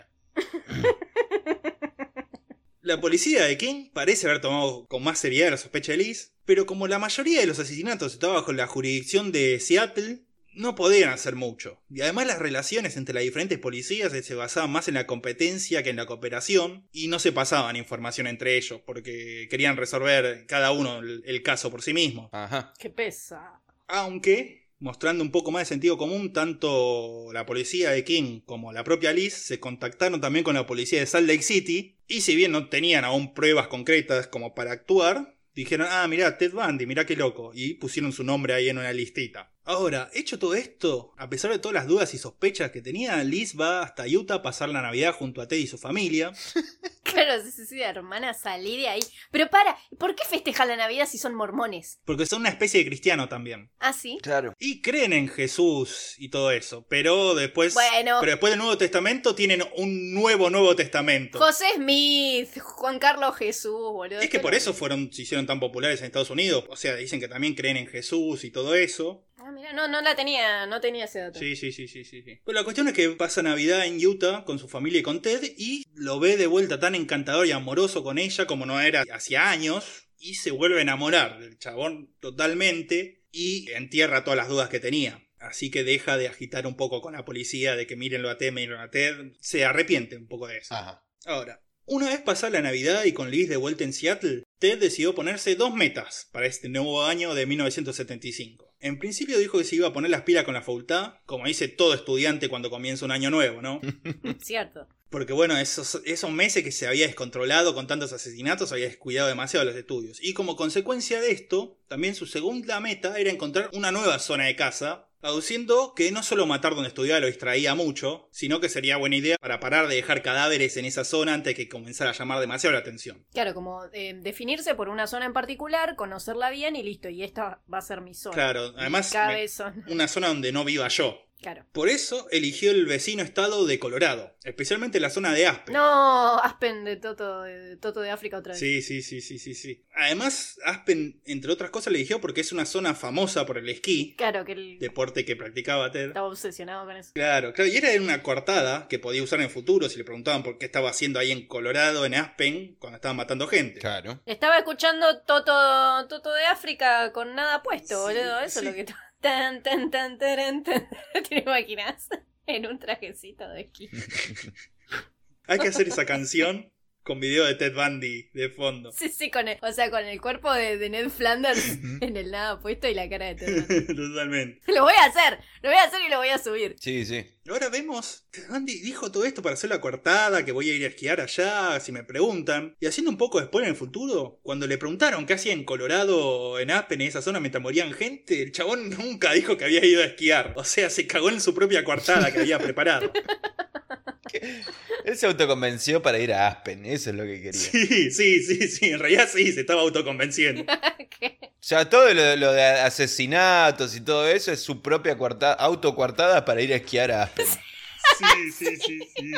La policía de King parece haber tomado con más seriedad la sospecha de Liz, pero como la mayoría de los asesinatos estaba bajo la jurisdicción de Seattle, no podían hacer mucho. Y además las relaciones entre las diferentes policías se basaban más en la competencia que en la cooperación, y no se pasaban información entre ellos, porque querían resolver cada uno el, el caso por sí mismo. Ajá. ¡Qué pesa! Aunque, mostrando un poco más de sentido común, tanto la policía de King como la propia Liz se contactaron también con la policía de Salt Lake City, y si bien no tenían aún pruebas concretas como para actuar, dijeron, ah, mirá, Ted Bundy, mirá qué loco, y pusieron su nombre ahí en una listita. Ahora, hecho todo esto, a pesar de todas las dudas y sospechas que tenía, Liz va hasta Utah a pasar la Navidad junto a Ted y su familia. Claro, sí, sí, sí, hermana, salí de ahí. Pero para, ¿por qué festejan la Navidad si son mormones? Porque son una especie de cristiano también. ¿Ah, sí? Claro. Y creen en Jesús y todo eso, pero después, bueno. pero después del Nuevo Testamento tienen un nuevo Nuevo Testamento. José Smith, Juan Carlos Jesús, boludo. Es que por eso fueron, se hicieron tan populares en Estados Unidos. O sea, dicen que también creen en Jesús y todo eso. Ah, mira, no, no la tenía, no tenía ese dato. Sí, sí, sí, sí, sí, sí. Pero la cuestión es que pasa Navidad en Utah con su familia y con Ted, y lo ve de vuelta tan encantador y amoroso con ella como no era hacía años, y se vuelve a enamorar del chabón totalmente y entierra todas las dudas que tenía. Así que deja de agitar un poco con la policía de que mírenlo a Ted, mírenlo a Ted. Se arrepiente un poco de eso. Ajá. Ahora, una vez pasada la Navidad y con Liz de vuelta en Seattle, Ted decidió ponerse dos metas para este nuevo año de mil novecientos setenta y cinco. En principio dijo que se iba a poner las pilas con la facultad, como dice todo estudiante cuando comienza un año nuevo, ¿no? Cierto. Porque bueno, esos, esos meses que se había descontrolado con tantos asesinatos, había descuidado demasiado los estudios. Y como consecuencia de esto, también su segunda meta era encontrar una nueva zona de casa, aduciendo que no solo matar donde estudiaba lo distraía mucho, sino que sería buena idea para parar de dejar cadáveres en esa zona antes de que comenzara a llamar demasiado la atención. Claro, como eh, definirse por una zona en particular, conocerla bien y listo, y esta va a ser mi zona. Claro, además me, zona. una zona donde no viva yo. Claro. Por eso eligió el vecino estado de Colorado, especialmente la zona de Aspen. No, Aspen de Toto de, Toto de África otra vez. Sí, sí, sí, sí, sí, sí. Además, Aspen, entre otras cosas, le eligió porque es una zona famosa por el esquí. Claro, que el... deporte que practicaba Ted. Estaba obsesionado con eso. Claro, claro. Y era una coartada que podía usar en el futuro si le preguntaban por qué estaba haciendo ahí en Colorado, en Aspen, cuando estaban matando gente. Claro. Estaba escuchando Toto, Toto de África con nada puesto, sí, boludo. Eso sí. Es lo que... Tan, tan, tan, tan, tan. ¿Te lo imaginas? En un trajecito de esquí. Hay que hacer esa canción con video de Ted Bundy de fondo. Sí, sí, con el, o sea, con el cuerpo de, de Ned Flanders en el nada puesto y la cara de Ted Bundy. Totalmente. Lo voy a hacer, lo voy a hacer y lo voy a subir. Sí, sí. Ahora vemos, Ted Bundy dijo todo esto para hacer la coartada, que voy a ir a esquiar allá, si me preguntan. Y haciendo un poco de spoiler en el futuro, cuando le preguntaron qué hacía en Colorado, en Aspen, en esa zona mientras morían gente, el chabón nunca dijo que había ido a esquiar. O sea, se cagó en su propia coartada que había preparado. Él se autoconvenció para ir a Aspen, eso es lo que quería. Sí, sí, sí, sí, en realidad sí, se estaba autoconvenciendo. ¿Qué? O sea, todo lo, lo de asesinatos y todo eso es su propia coarta- autocoartada para ir a esquiar a Aspen. Sí, sí, sí, sí.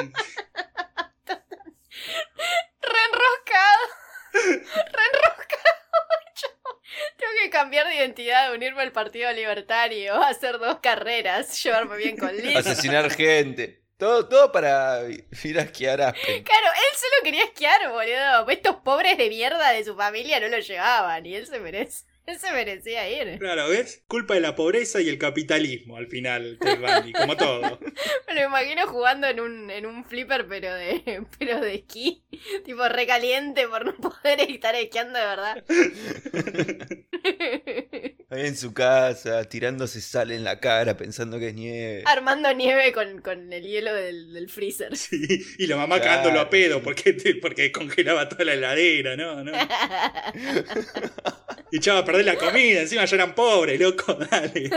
Reenroscado. Reenroscado. Yo tengo que cambiar de identidad, unirme al Partido Libertario, hacer dos carreras, llevarme bien con Liz. Asesinar gente. Todo, todo para ir a esquiar a Aspen. Claro, él solo quería esquiar, boludo. Estos pobres de mierda de su familia no lo llevaban y él se merece. Él se merecía ir. Claro, ¿ves? Culpa de la pobreza y el capitalismo al final, Ted Bundy, como todo. Me lo imagino jugando en un, en un flipper, pero de, pero de esquí. Tipo recaliente por no poder estar esquiando de verdad. Ahí en su casa, tirándose sal en la cara, pensando que es nieve. Armando nieve con, con el hielo del, del freezer. Sí, y la mamá Claro. cagándolo a pedo porque, porque congelaba toda la heladera, ¿no? ¿no? Y echaba a perder la comida, encima ya eran pobres, loco, dale.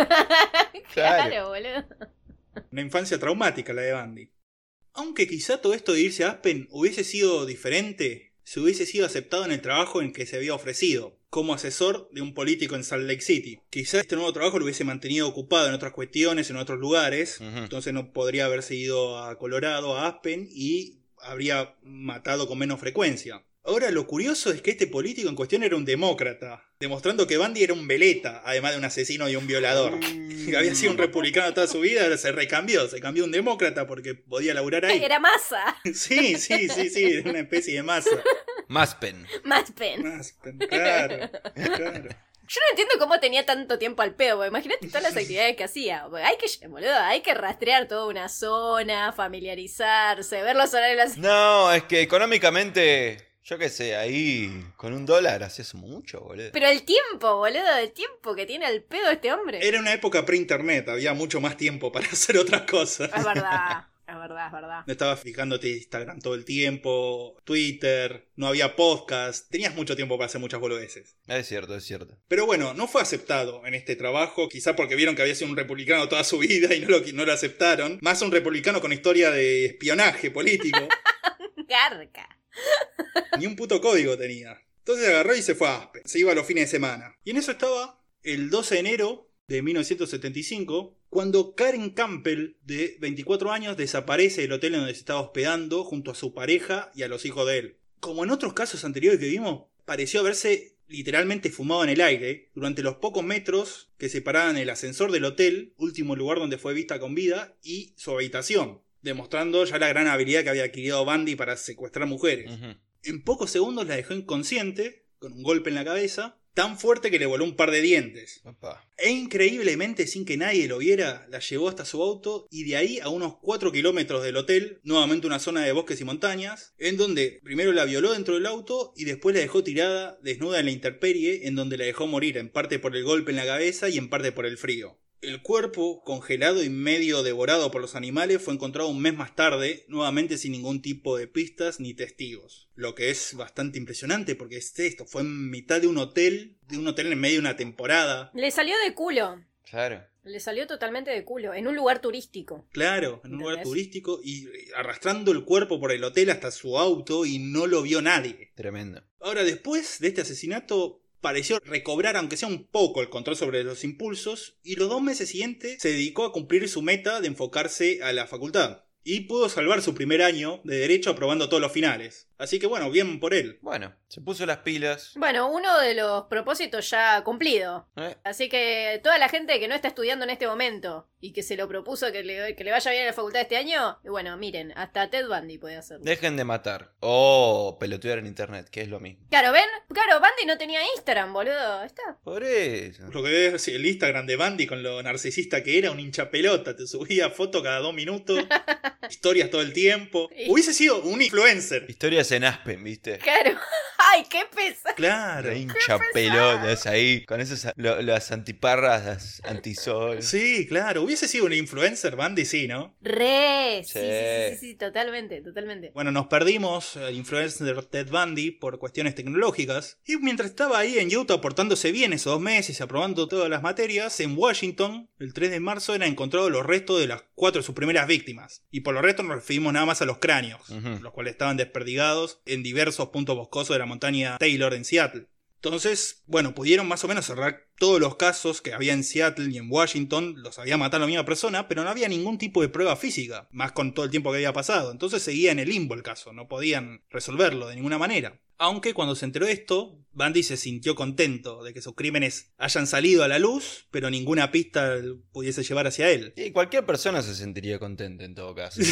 Claro, boludo. Una infancia traumática la de Bundy. Aunque quizá todo esto de irse a Aspen hubiese sido diferente si hubiese sido aceptado en el trabajo en que se había ofrecido, como asesor de un político en Salt Lake City. Quizá este nuevo trabajo lo hubiese mantenido ocupado en otras cuestiones, en otros lugares, Ujú. entonces no podría haberse ido a Colorado, a Aspen, y habría matado con menos frecuencia. Ahora, lo curioso es que este político en cuestión era un demócrata, demostrando que Bundy era un veleta, además de un asesino y un violador. Que había sido un republicano toda su vida, ahora se recambió, se cambió a un demócrata porque podía laburar ahí. Era masa. Sí, sí, sí, sí, era una especie de masa. Maspen. Más pen. Más, claro, claro. Yo no entiendo cómo tenía tanto tiempo al pedo, porque imagínate todas las actividades que hacía. Porque hay que, boludo, hay que rastrear toda una zona, familiarizarse, ver los horarios. No, es que económicamente, yo qué sé, ahí con un dólar haces mucho, boludo. Pero el tiempo, boludo, el tiempo que tiene al pedo este hombre. Era una época pre-internet, había mucho más tiempo para hacer otras cosas. Es verdad, es verdad, es verdad. No estabas fijándote en Instagram todo el tiempo, Twitter, no había podcast, tenías mucho tiempo para hacer muchas boludeces. Es cierto, es cierto. Pero bueno, no fue aceptado en este trabajo, quizá porque vieron que había sido un republicano toda su vida y no lo, no lo aceptaron. Más un republicano con historia de espionaje político. Garca. Ni un puto código tenía. Entonces agarró y se fue a Aspen. Se iba a los fines de semana. Y en eso estaba el doce de enero de mil novecientos setenta y cinco, cuando Karen Campbell, de veinticuatro años, desaparece del hotel en donde se estaba hospedando junto a su pareja y a los hijos de él. Como en otros casos anteriores que vimos, pareció haberse literalmente fumado en el aire durante los pocos metros que separaban el ascensor del hotel, último lugar donde fue vista con vida, y su habitación, demostrando ya la gran habilidad que había adquirido Bundy para secuestrar mujeres. Ujú. En pocos segundos la dejó inconsciente, con un golpe en la cabeza, tan fuerte que le voló un par de dientes. Opa. E increíblemente, sin que nadie lo viera, la llevó hasta su auto y de ahí a unos cuatro kilómetros del hotel, nuevamente una zona de bosques y montañas, en donde primero la violó dentro del auto y después la dejó tirada, desnuda en la intemperie, en donde la dejó morir, en parte por el golpe en la cabeza y en parte por el frío. El cuerpo, congelado y medio devorado por los animales, fue encontrado un mes más tarde, nuevamente sin ningún tipo de pistas ni testigos. Lo que es bastante impresionante porque es esto, fue en mitad de un hotel, de un hotel en medio de una temporada. Le salió de culo. Claro. Le salió totalmente de culo. En un lugar turístico. Claro, en un lugar ¿Entendés? turístico y arrastrando el cuerpo por el hotel hasta su auto y no lo vio nadie. Tremendo. Ahora, después de este asesinato, pareció recobrar aunque sea un poco el control sobre los impulsos y los dos meses siguientes se dedicó a cumplir su meta de enfocarse a la facultad. Y pudo salvar su primer año de derecho aprobando todos los finales. Así que bueno, bien por él. Bueno, se puso las pilas. Bueno, uno de los propósitos ya cumplido. ¿eh? Así que toda la gente que no está estudiando en este momento y que se lo propuso que le, que le vaya bien a la facultad este año, y bueno, miren, hasta Ted Bundy puede hacerlo. Dejen de matar. O pelotear en internet, que es lo mismo. Claro, ¿ven? Claro, Bundy no tenía Instagram, boludo. Ahí está. Por eso. Lo que ves el Instagram de Bundy con lo narcisista que era, un hincha pelota, te subía foto cada dos minutos, historias todo el tiempo. Hubiese sido un influencer. Historias en Aspen, ¿viste? Claro. Ay, qué pesado. Claro. La hincha pelotas ahí, con esas lo, las antiparras, las antisol. Sí, claro. Hubiese sido un influencer, Bundy, sí, ¿no? Re, sí, Sí. sí, sí, sí, sí, totalmente, totalmente. Bueno, nos perdimos el influencer Ted Bundy por cuestiones tecnológicas. Y mientras estaba ahí en Utah portándose bien esos dos meses, aprobando todas las materias, en Washington, el tres de marzo, eran encontrados los restos de las cuatro de sus primeras víctimas. Y por los restos nos referimos nada más a los cráneos, Ujú. los cuales estaban desperdigados en diversos puntos boscosos de la montaña Taylor en Seattle. Entonces, bueno, pudieron más o menos cerrar todos los casos que había en Seattle y en Washington, los había matado la misma persona, pero no había ningún tipo de prueba física, más con todo el tiempo que había pasado. Entonces seguía en el limbo el caso, no podían resolverlo de ninguna manera. Aunque cuando se enteró de esto, Bundy se sintió contento de que sus crímenes hayan salido a la luz, pero ninguna pista pudiese llevar hacia él. Y cualquier persona se sentiría contenta en todo caso.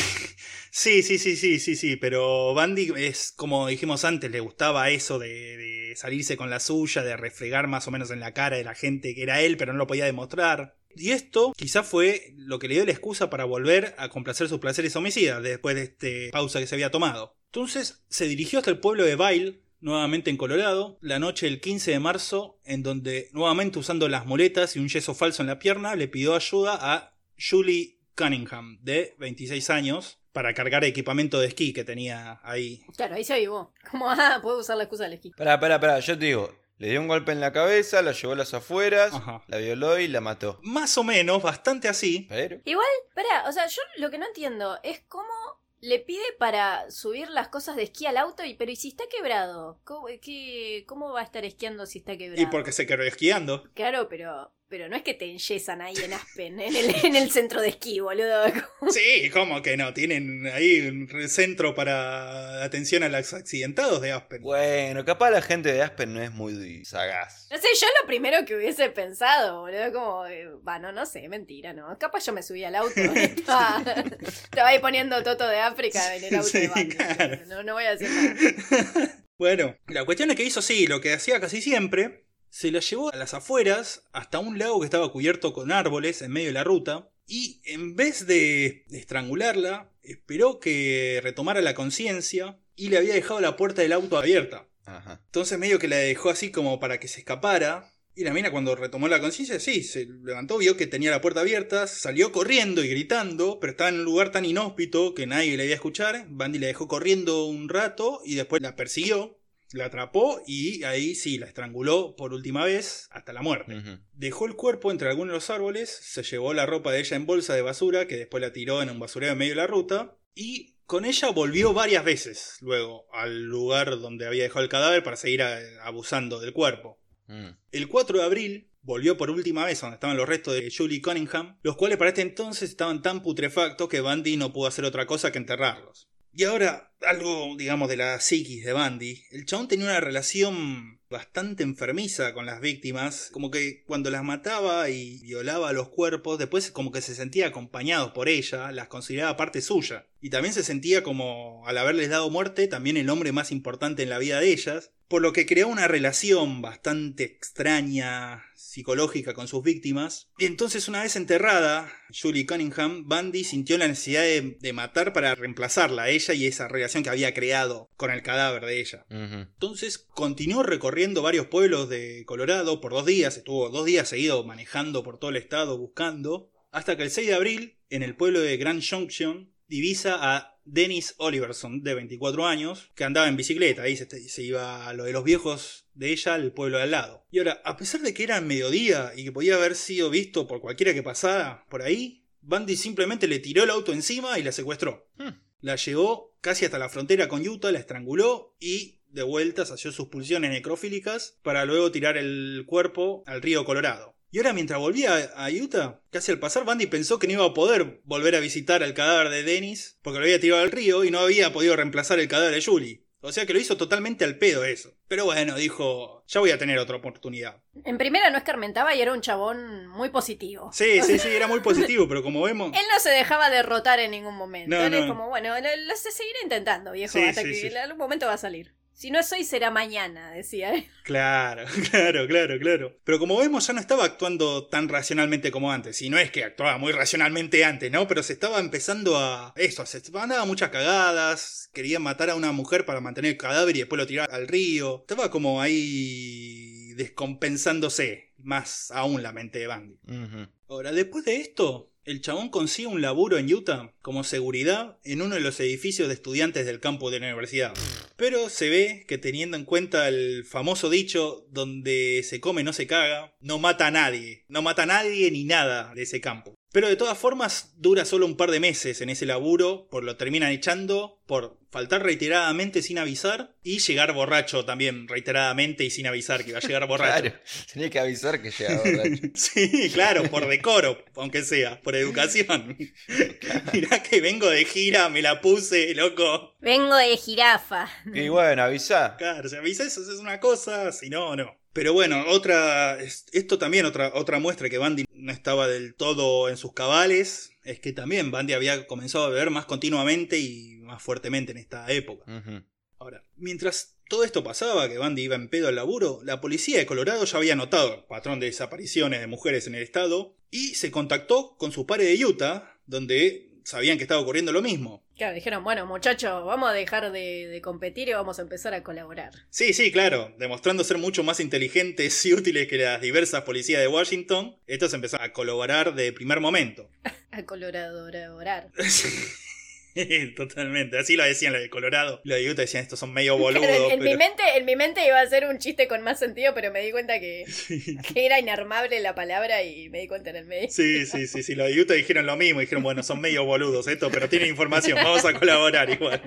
Sí, sí, sí, sí, sí, sí, pero Bundy es, como dijimos antes, le gustaba eso de, de salirse con la suya, de refregar más o menos en la cara de la gente que era él, pero no lo podía demostrar. Y esto quizás fue lo que le dio la excusa para volver a complacer sus placeres homicidas después de esta pausa que se había tomado. Entonces se dirigió hasta el pueblo de Vail, nuevamente en Colorado, la noche del quince de marzo, en donde, nuevamente usando las muletas y un yeso falso en la pierna, le pidió ayuda a Julie Cunningham, de veintiséis años, para cargar equipamiento de esquí que tenía ahí. Claro, ahí se avivó. Como, ah, puedo usar la excusa del esquí. Pará, pará, pará, yo te digo, le dio un golpe en la cabeza, la llevó a las afueras, Ajá. la violó y la mató. Más o menos, bastante así. Pero... Igual, pará, o sea, yo lo que no entiendo es cómo le pide para subir las cosas de esquí al auto, y pero ¿y si está quebrado? ¿Cómo, qué, cómo va a estar esquiando si está quebrado? Y porque se quedó esquiando. Claro, pero pero no es que te enyesan ahí en Aspen, en el, en el centro de esquí, boludo. Sí, ¿cómo que no? Tienen ahí un centro para atención a los accidentados de Aspen. Bueno, capaz la gente de Aspen no es muy sagaz. No sé, yo lo primero que hubiese pensado, boludo, como, bueno, no sé, mentira, ¿no? Capaz yo me subí al auto, estaba, estaba ahí poniendo Toto de África en el auto Sí, de Bundy. claro. No, no voy a decir nada. Bueno, la cuestión es que hizo sí, lo que hacía casi siempre, se la llevó a las afueras hasta un lago que estaba cubierto con árboles en medio de la ruta, y en vez de estrangularla, esperó que retomara la conciencia y le había dejado la puerta del auto abierta. Ajá. Entonces medio que la dejó así como para que se escapara. Y la mina, cuando retomó la conciencia, sí, se levantó, vio que tenía la puerta abierta, salió corriendo y gritando, pero estaba en un lugar tan inhóspito que nadie le iba a escuchar. Bundy la dejó corriendo un rato y después la persiguió, la atrapó y ahí sí, la estranguló por última vez hasta la muerte. Uh-huh. Dejó el cuerpo entre algunos de los árboles, se llevó la ropa de ella en bolsa de basura, que después la tiró en un basurero en medio de la ruta, y con ella volvió varias veces luego al lugar donde había dejado el cadáver para seguir a, abusando del cuerpo. Mm. El cuatro de abril volvió por última vez a donde estaban los restos de Julie Cunningham, los cuales para este entonces estaban tan putrefactos que Bundy no pudo hacer otra cosa que enterrarlos. Y ahora, algo, digamos, de la psiquis de Bundy. El chabón tenía una relación bastante enfermiza con las víctimas, como que cuando las mataba y violaba los cuerpos, después como que se sentía acompañado por ella, las consideraba parte suya. Y también se sentía como, al haberles dado muerte, también el hombre más importante en la vida de ellas, por lo que creó una relación bastante extraña, psicológica con sus víctimas. Y entonces, una vez enterrada Julie Cunningham, Bundy sintió la necesidad de, de matar para reemplazarla a ella y esa relación que había creado con el cadáver de ella. Uh-huh. Entonces continuó recorriendo varios pueblos de Colorado por dos días, estuvo dos días seguidos manejando por todo el estado buscando, hasta que el seis de abril, en el pueblo de Grand Junction, divisa a Dennis Oliverson, de veinticuatro años, que andaba en bicicleta, ahí se, se iba a lo de los viejos de ella, al pueblo de al lado. Y ahora, a pesar de que era mediodía y que podía haber sido visto por cualquiera que pasara por ahí, Bundy simplemente le tiró el auto encima y la secuestró. Hmm. La llevó casi hasta la frontera con Utah, la estranguló y de vuelta sació sus pulsiones necrofílicas para luego tirar el cuerpo al río Colorado. Y ahora, mientras volvía a Utah, casi al pasar, Bundy pensó que no iba a poder volver a visitar el cadáver de Dennis porque lo había tirado al río y no había podido reemplazar el cadáver de Julie. O sea que lo hizo totalmente al pedo eso. Pero bueno, dijo, ya voy a tener otra oportunidad. En primera no escarmentaba y era un chabón muy positivo. Sí, sí, sí, era muy positivo, pero como vemos... Él no se dejaba derrotar en ningún momento. No, Él no. es como, bueno, lo, lo seguiré intentando, viejo, Sí, hasta sí, que sí. en algún momento va a salir. Si no es hoy, será mañana, decía él. Claro, claro, claro, claro. Pero como vemos ya no estaba actuando tan racionalmente como antes. Y no es que actuaba muy racionalmente antes, ¿no? Pero se estaba empezando a... Eso, se mandaba muchas cagadas. Quería matar a una mujer para mantener el cadáver y después lo tirar al río. Estaba como ahí descompensándose. Más aún la mente de Bundy. Ujú. Ahora, después de esto, el chabón consigue un laburo en Utah como seguridad en uno de los edificios de estudiantes del campus de la universidad. Pero se ve que teniendo en cuenta el famoso dicho donde se come no se caga, no mata a nadie. No mata a nadie ni nada de ese campo. Pero de todas formas dura solo un par de meses en ese laburo, por lo terminan echando por faltar reiteradamente sin avisar y llegar borracho también reiteradamente y sin avisar que iba a llegar borracho. Claro, tenía que avisar que llegaba borracho. Sí, claro, por decoro, aunque sea, por educación. Mirá que vengo de gira, me la puse, loco. Vengo de jirafa. Y bueno, avisá. Claro, si avisas eso es una cosa, si no, no. Pero bueno, otra, esto también otra, otra muestra que Bundy no estaba del todo en sus cabales, es que también Bundy había comenzado a beber más continuamente y más fuertemente en esta época. Ujú. Ahora, mientras todo esto pasaba, que Bundy iba en pedo al laburo, la policía de Colorado ya había notado el patrón de desapariciones de mujeres en el estado y se contactó con sus pares de Utah, donde sabían que estaba ocurriendo lo mismo. Claro, dijeron, bueno, muchachos, vamos a dejar de, de competir y vamos a empezar a colaborar. Sí, sí, claro, demostrando ser mucho más inteligentes y útiles que las diversas policías de Washington, estos empezaron a colaborar de primer momento. A colaborar. Totalmente, así lo decían los de Colorado. Los de Utah decían, estos son medio boludos. Claro, en, en pero... mi mente, en mi mente iba a ser un chiste con más sentido, pero me di cuenta que, Sí. que era inarmable la palabra y me di cuenta en el medio. Sí, sí, sí, sí, los de Utah dijeron lo mismo, dijeron, bueno, son medio boludos estos, pero tienen información, vamos a colaborar igual.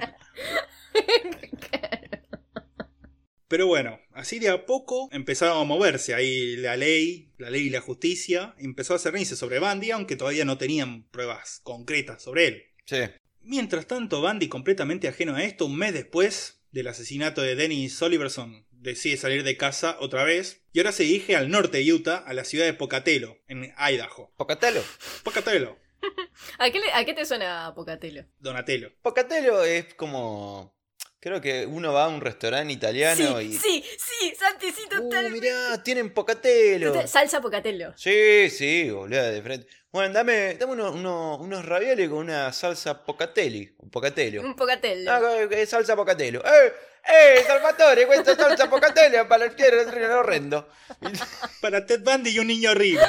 Pero bueno, así de a poco empezaron a moverse ahí la ley, la ley y la justicia, empezó a cernirse sobre Bundy, aunque todavía no tenían pruebas concretas sobre él. Sí. Mientras tanto, Bundy, completamente ajeno a esto, un mes después del asesinato de Dennis Oliverson, decide salir de casa otra vez y ahora se dirige al norte de Utah, a la ciudad de Pocatello, en Idaho. ¿Pocatello? Pocatello, ¿A qué, le- ¿A qué te suena Pocatello? Donatello. Pocatello es como... Creo que uno va a un restaurante italiano sí, y... sí, sí, Santi, sí, Uh, totalmente. mirá, tienen Pocatello. Total- Salsa Pocatello. Sí, sí, boludo, de frente. Bueno, dame, dame uno- uno- unos ravioles con una salsa Pocatelli. Un Pocatello. Un Pocatello. Ah, eh, salsa Pocatello. ¡Eh! ¡Eh! Salvatore, questa salsa Pocatello para el tierra del horrendo. Para Ted Bundy y un niño horrible.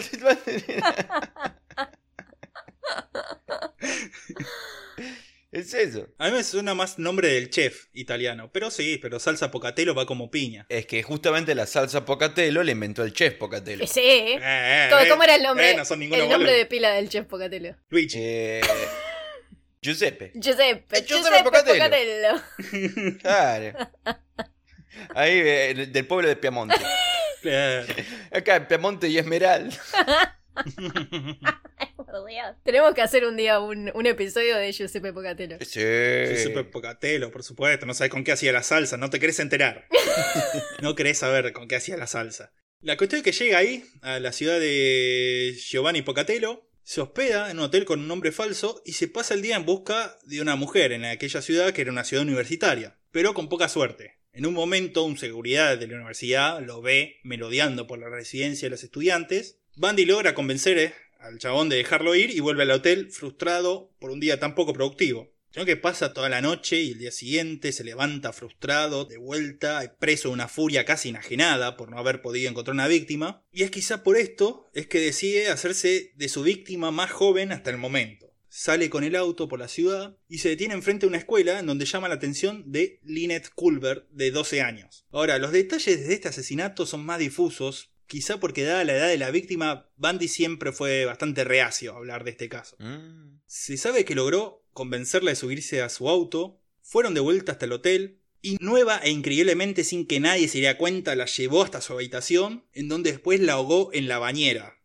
Es eso. A mí me suena más nombre del chef italiano, pero sí, pero salsa Pocatello va como piña. Es que justamente la salsa Pocatello la inventó el chef Pocatello. Sí, ¿eh? Eh, eh, ¿Cómo, eh, cómo era el nombre? eh, no son ninguno el nombre boludo. de pila del chef Pocatello. Luigi. Eh, Giuseppe. Giuseppe. Eh, Giuseppe Pocatello. Pocatello. Claro. Ahí, eh, del pueblo de Piamonte. Claro. Acá en Piamonte y Esmeralda. Tenemos que hacer un día un, un episodio de Giuseppe Pocatello. Sí. Giuseppe Pocatello, por supuesto. No sabes con qué hacía la salsa, no te querés enterar. No querés saber con qué hacía la salsa. La cuestión es que llega ahí, a la ciudad de Giovanni Pocatello, se hospeda en un hotel con un nombre falso y se pasa el día en busca de una mujer en aquella ciudad que era una ciudad universitaria, pero con poca suerte. En un momento, un seguridad de la universidad lo ve merodeando por la residencia de los estudiantes. Bundy logra convencer eh, al chabón de dejarlo ir y vuelve al hotel frustrado por un día tan poco productivo. Sino que pasa toda la noche y el día siguiente se levanta frustrado, de vuelta, preso de una furia casi enajenada por no haber podido encontrar una víctima. Y es quizá por esto es que decide hacerse de su víctima más joven hasta el momento. Sale con el auto por la ciudad y se detiene enfrente de una escuela en donde llama la atención de Lynette Culver, de doce años. Ahora, los detalles de este asesinato son más difusos, quizá porque dada la edad de la víctima, Bundy siempre fue bastante reacio a hablar de este caso. Mm. Se sabe que logró convencerla de subirse a su auto, fueron de vuelta hasta el hotel y nueva e increíblemente sin que nadie se diera cuenta la llevó hasta su habitación, en donde después la ahogó en la bañera.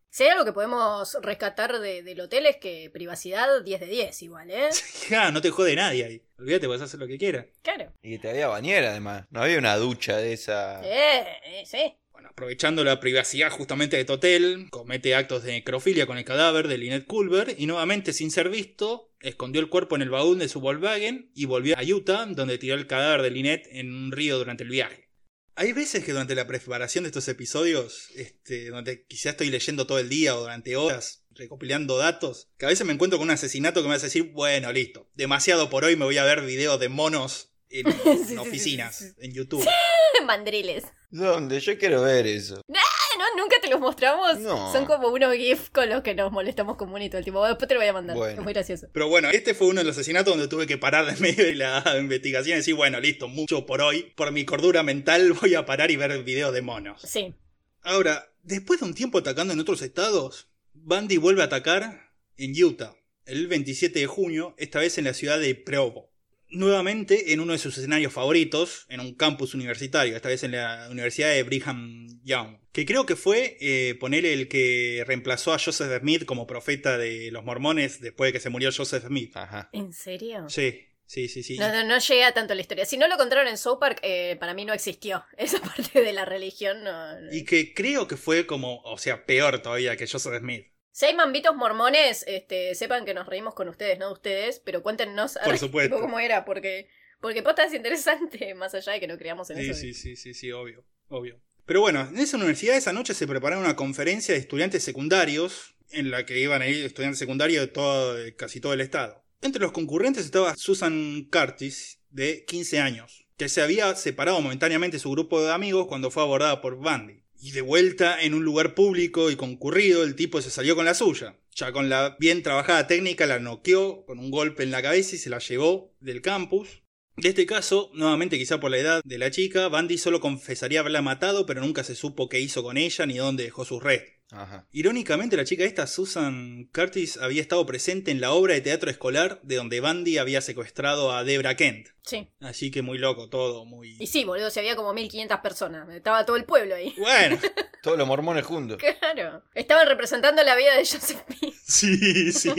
Si hay algo que podemos rescatar de, del hotel es que privacidad diez de diez igual, ¿eh? Ja, no te jode nadie ahí. Olvídate, podés hacer lo que quieras. Claro. Y que te había bañera además. No había una ducha de esa. Eh, eh, sí. Bueno, aprovechando la privacidad justamente de este hotel, comete actos de necrofilia con el cadáver de Lynette Culver y nuevamente sin ser visto, escondió el cuerpo en el baúl de su Volkswagen y volvió a Utah, donde tiró el cadáver de Lynette en un río durante el viaje. Hay veces que durante la preparación de estos episodios, este, donde quizás estoy leyendo todo el día o durante horas, recopilando datos, que a veces me encuentro con un asesinato que me hace decir, bueno, listo, demasiado por hoy, me voy a ver videos de monos en, Sí, en oficinas, sí, sí, sí. en YouTube. Mandriles. ¿Dónde? Yo quiero ver eso. Ah, ¿no? ¿Nunca te los mostramos? No. Son como unos GIF con los que nos molestamos con Muni todo el tiempo. Después te lo voy a mandar. Bueno. Es muy gracioso. Pero bueno, este fue uno de los asesinatos donde tuve que parar en medio de la investigación y decir, bueno, listo, mucho por hoy. Por mi cordura mental voy a parar y ver videos de monos. Sí. Ahora, después de un tiempo atacando en otros estados, Bundy vuelve a atacar en Utah, el veintisiete de junio, esta vez en la ciudad de Provo. Nuevamente en uno de sus escenarios favoritos, en un campus universitario, esta vez en la Universidad de Brigham Young, que creo que fue, eh, ponerle el que reemplazó a Joseph Smith como profeta de los mormones después de que se murió Joseph Smith. Ajá. ¿En serio? Sí, sí, sí, sí. No, no, no llega tanto la historia. Si no lo contaron en South Park, eh, para mí no existió. Esa parte de la religión no... no. Y que creo que fue como, o sea, peor todavía que Joseph Smith. Si hay mambitos mormones, este, sepan que nos reímos con ustedes, no de ustedes, pero cuéntenos Por supuesto. tipo, cómo era, porque, porque posta es interesante, más allá de que no creamos en Sí, eso. sí, sí, sí, sí, obvio, obvio. Pero bueno, en esa universidad esa noche se prepararon una conferencia de estudiantes secundarios, en la que iban a ir estudiantes secundarios de todo, de casi todo el estado. Entre los concurrentes estaba Susan Curtis, de quince años, que se había separado momentáneamente de su grupo de amigos cuando fue abordada por Bundy. Y de vuelta en un lugar público y concurrido, el tipo se salió con la suya. Ya con la bien trabajada técnica la noqueó con un golpe en la cabeza y se la llevó del campus. De este caso, nuevamente quizá por la edad de la chica, Bundy solo confesaría haberla matado, pero nunca se supo qué hizo con ella ni dónde dejó sus restos. Ajá. Irónicamente, la chica esta, Susan Curtis, había estado presente en la obra de teatro escolar de donde Bundy había secuestrado a Debra Kent. Sí. Así que muy loco todo, muy... Y sí, boludo, si había como mil quinientas personas. Estaba todo el pueblo ahí. Bueno, Todos los mormones juntos. Claro. Estaban representando la vida de Joseph Smith. sí, sí,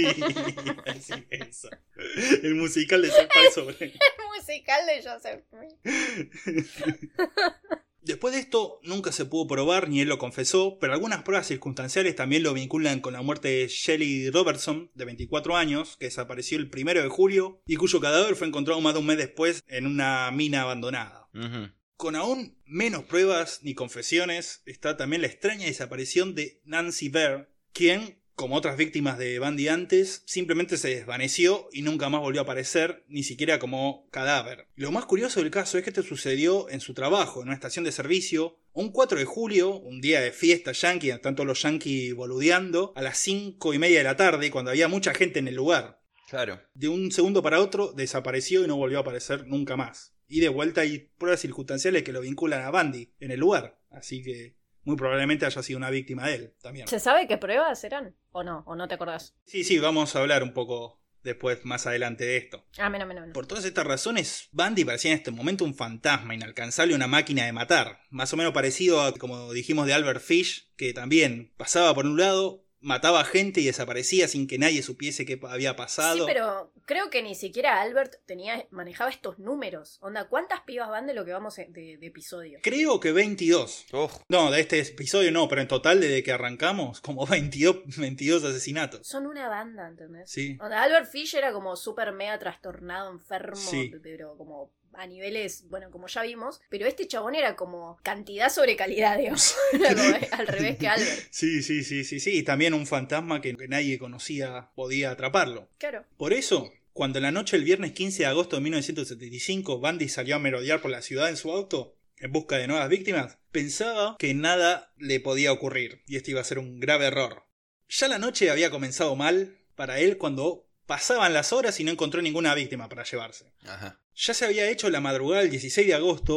así eso. El musical de South Park sobre... El musical de Joseph Smith. Después de esto, nunca se pudo probar, ni él lo confesó, pero algunas pruebas circunstanciales también lo vinculan con la muerte de Shelley Robertson, de veinticuatro años, que desapareció el primero de julio, y cuyo cadáver fue encontrado más de un mes después en una mina abandonada. Ujú. Con aún menos pruebas ni confesiones, está también la extraña desaparición de Nancy Bear, quien, como otras víctimas de Bundy antes, simplemente se desvaneció y nunca más volvió a aparecer, ni siquiera como cadáver. Lo más curioso del caso es que esto sucedió en su trabajo, en una estación de servicio, un cuatro de julio, un día de fiesta yankee, donde están todos los yankees boludeando, a las cinco y media de la tarde, cuando había mucha gente en el lugar. Claro. De un segundo para otro, desapareció y no volvió a aparecer nunca más. Y de vuelta hay pruebas circunstanciales que lo vinculan a Bundy en el lugar, así que... muy probablemente haya sido una víctima de él también. ¿Se sabe qué pruebas eran? ¿O no? ¿O no te acordás? Sí, sí, vamos a hablar un poco después, más adelante de esto. Ah, menos, menos, menos. Por todas estas razones, Bundy parecía en este momento un fantasma inalcanzable, una máquina de matar. Más o menos parecido a, como dijimos, de Albert Fish, que también pasaba por un lado, mataba gente y desaparecía sin que nadie supiese qué había pasado. Sí, pero creo que ni siquiera Albert tenía manejaba estos números. Onda, ¿cuántas pibas van de lo que vamos de, de episodio? Creo que veintidós. Oh, No, de este episodio no, pero en total desde que arrancamos, como veintidós, veintidós asesinatos. Son una banda, ¿entendés? Sí. Onda, Albert Fish era como súper mega trastornado, enfermo, Sí. pero como a niveles, bueno, como ya vimos. Pero este chabón era como cantidad sobre calidad, digamos. Era como al revés que Albert. Sí, sí, sí, sí, sí. Y también un fantasma que, que nadie conocía podía atraparlo. Claro. Por eso, cuando en la noche del viernes quince de agosto de mil novecientos setenta y cinco Bundy salió a merodear por la ciudad en su auto, en busca de nuevas víctimas, pensaba que nada le podía ocurrir, y este iba a ser un grave error. Ya la noche había comenzado mal para él cuando pasaban las horas y no encontró ninguna víctima para llevarse. ajá. Ya se había hecho la madrugada del dieciséis de agosto,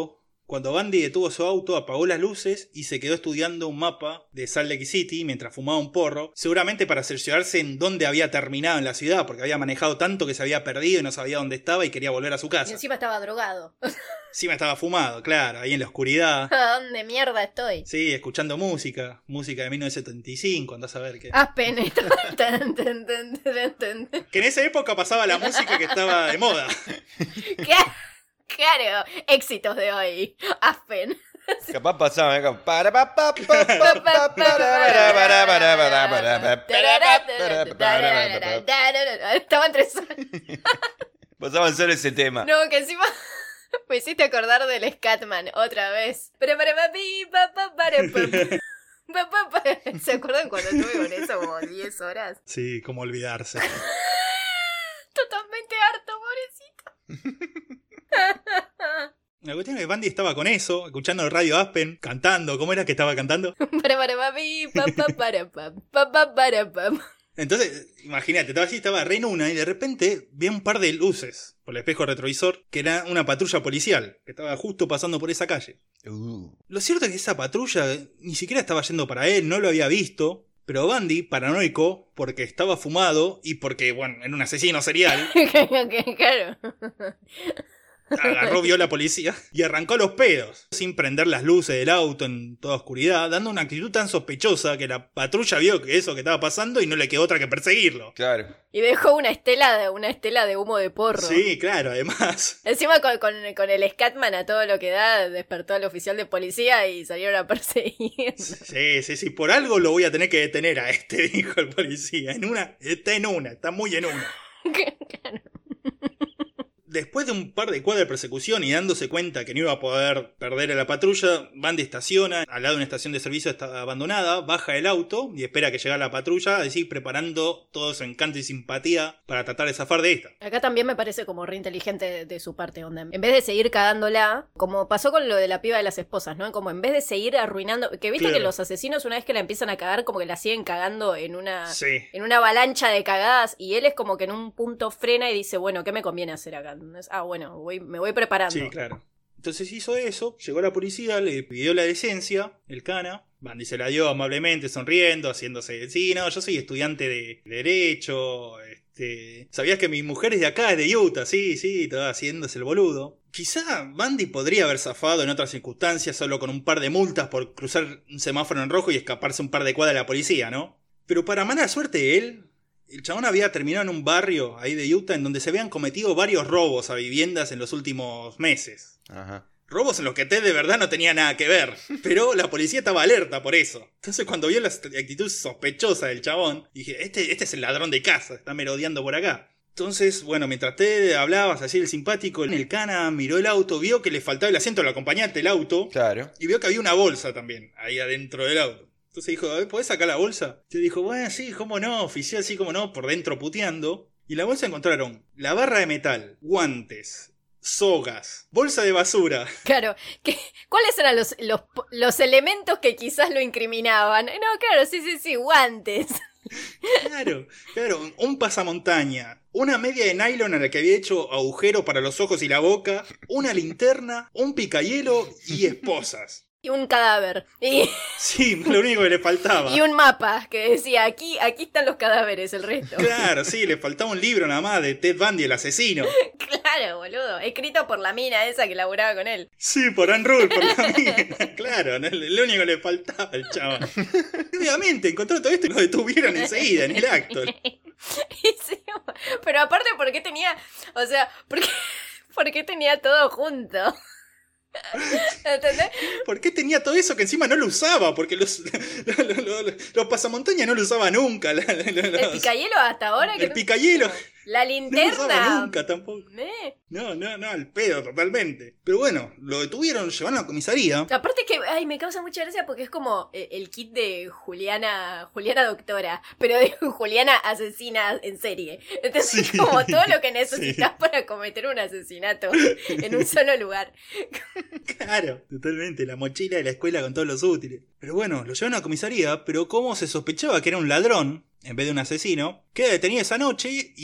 Cuando Bundy detuvo su auto, apagó las luces y se quedó estudiando un mapa de Salt Lake City mientras fumaba un porro, seguramente para cerciorarse en dónde había terminado en la ciudad, porque había manejado tanto que se había perdido y no sabía dónde estaba y quería volver a su casa. Y encima estaba drogado. Encima estaba fumado, claro, ahí en la oscuridad. ¿A dónde mierda estoy? Sí, escuchando música, música de mil novecientos setenta y cinco, andás a ver qué. Aspen. Que en esa época pasaba la música que estaba de moda. Claro, éxitos de hoy. Aspen. Capaz pasaba, ¿eh? Para, pa, pa, pa, pa, pa, para, para, para, para, para, para, para, para. Estaban tres horas. Pasaban solo ese tema. No, que encima me hiciste acordar del Scatman otra vez. Para, para, papi, pa, pa, para, pa. Pa, pa, pa. ¿Se acuerdan cuando estuve con eso como diez horas? Sí, cómo olvidarse. Totalmente harto, pobrecito. La cuestión es que Bundy estaba con eso, escuchando el radio Aspen, cantando. ¿Cómo era que estaba cantando? Para, para, papi, pa, pa, para, pa, pa, pa, para, pa. Entonces, imagínate, estaba así, estaba re en una y de repente vi un par de luces por el espejo retrovisor que era una patrulla policial que estaba justo pasando por esa calle. Uh. Lo cierto es que esa patrulla ni siquiera estaba yendo para él, no lo había visto. Pero Bundy, paranoico, porque estaba fumado y porque, bueno, era un asesino serial, Claro. agarró, vio a la policía y arrancó a los pedos, sin prender las luces del auto en toda oscuridad, dando una actitud tan sospechosa que la patrulla vio que eso que estaba pasando y no le quedó otra que perseguirlo. Claro. Y dejó una estela de una estela de humo de porro. Sí, claro, además. Encima con, con, con el Scatman a todo lo que da, despertó al oficial de policía y salieron a perseguir. Sí, sí, sí, por algo lo voy a tener que detener a este, dijo el policía. En una, está en una, está muy en una. Claro. Después de un par de cuadras de persecución y dándose cuenta que no iba a poder perder a la patrulla, Bundy estaciona al lado de una estación de servicio está abandonada, baja el auto y espera que llegue la patrulla, así preparando todo su encanto y simpatía para tratar de zafar de esta. Acá también me parece como re inteligente de, de su parte, onda. En vez de seguir cagándola, como pasó con lo de la piba de las esposas, ¿no? Como en vez de seguir arruinando, que viste Claro. que los asesinos una vez que la empiezan a cagar, como que la siguen cagando en una, Sí. en una avalancha de cagadas, y él es como que en un punto frena y dice, bueno, ¿qué me conviene hacer acá? Ah, bueno, voy, me voy preparando. Sí, claro. Entonces hizo eso, llegó la policía, le pidió la licencia, el cana. Bundy se la dio amablemente, sonriendo, haciéndose, sí, no, yo soy estudiante de Derecho, este... ¿Sabías que mi mujer es de acá, es de Utah? Sí, sí, todo haciéndose el boludo. Quizá Bundy podría haber zafado en otras circunstancias solo con un par de multas por cruzar un semáforo en rojo y escaparse un par de cuadras de la policía, ¿no? Pero para mala suerte de él, el chabón había terminado en un barrio ahí de Utah en donde se habían cometido varios robos a viviendas en los últimos meses. Ajá. Robos en los que Ted de verdad no tenía nada que ver, pero la policía estaba alerta por eso. Entonces cuando vio la actitud sospechosa del chabón, dije, este, este es el ladrón de casa, está merodeando por acá. Entonces, bueno, mientras Ted hablaba, así el simpático, el cana miró el auto, vio que le faltaba el asiento al acompañante del auto, Claro. y vio que había una bolsa también, ahí adentro del auto. Entonces dijo, a ver, ¿podés sacar la bolsa? Yo dijo, bueno, sí, cómo no, oficial, sí, cómo no, por dentro puteando. Y en la bolsa encontraron la barra de metal, guantes, sogas, bolsa de basura. Claro, ¿qué, ¿cuáles eran los, los, los elementos que quizás lo incriminaban? No, claro, sí, sí, sí, guantes. Claro, claro, un pasamontaña, una media de nylon a la que había hecho agujero para los ojos y la boca, una linterna, un picahielo y esposas. Y un cadáver. Y, Sí, lo único que le faltaba. y un mapa que decía, aquí, aquí están los cadáveres, el resto. Claro, sí, le faltaba un libro nada más de Ted Bundy, el asesino. Claro, boludo. Escrito por la mina esa que laburaba con él. Sí, por Anne Rule, por la mina. Claro, no, lo único que le faltaba al chaval. Obviamente, encontró todo esto y lo detuvieron enseguida, en el acto. Y sí, pero aparte, ¿por qué tenía, o sea, ¿por qué, por qué tenía todo junto? ¿Entendés? ¿Por qué tenía todo eso que encima no lo usaba? Porque los, los, los, los pasamontañas no lo usaba nunca. La, la, los, El picahielo hasta ahora que el no- picahielo La no lo linterna. usaba nunca tampoco. ¿Eh? No, no, no, al pedo totalmente. Pero bueno, lo detuvieron, llevaron a la comisaría. Aparte que, ay, me causa mucha gracia porque es como eh, el kit de Juliana, Juliana doctora, pero de Juliana asesina en serie. Entonces Sí. como todo lo que necesitas Sí. para cometer un asesinato en un solo lugar. Claro, totalmente, la mochila de la escuela con todos los útiles. Pero bueno, lo llevaron a la comisaría, pero como se sospechaba que era un ladrón, en vez de un asesino, queda detenido esa noche y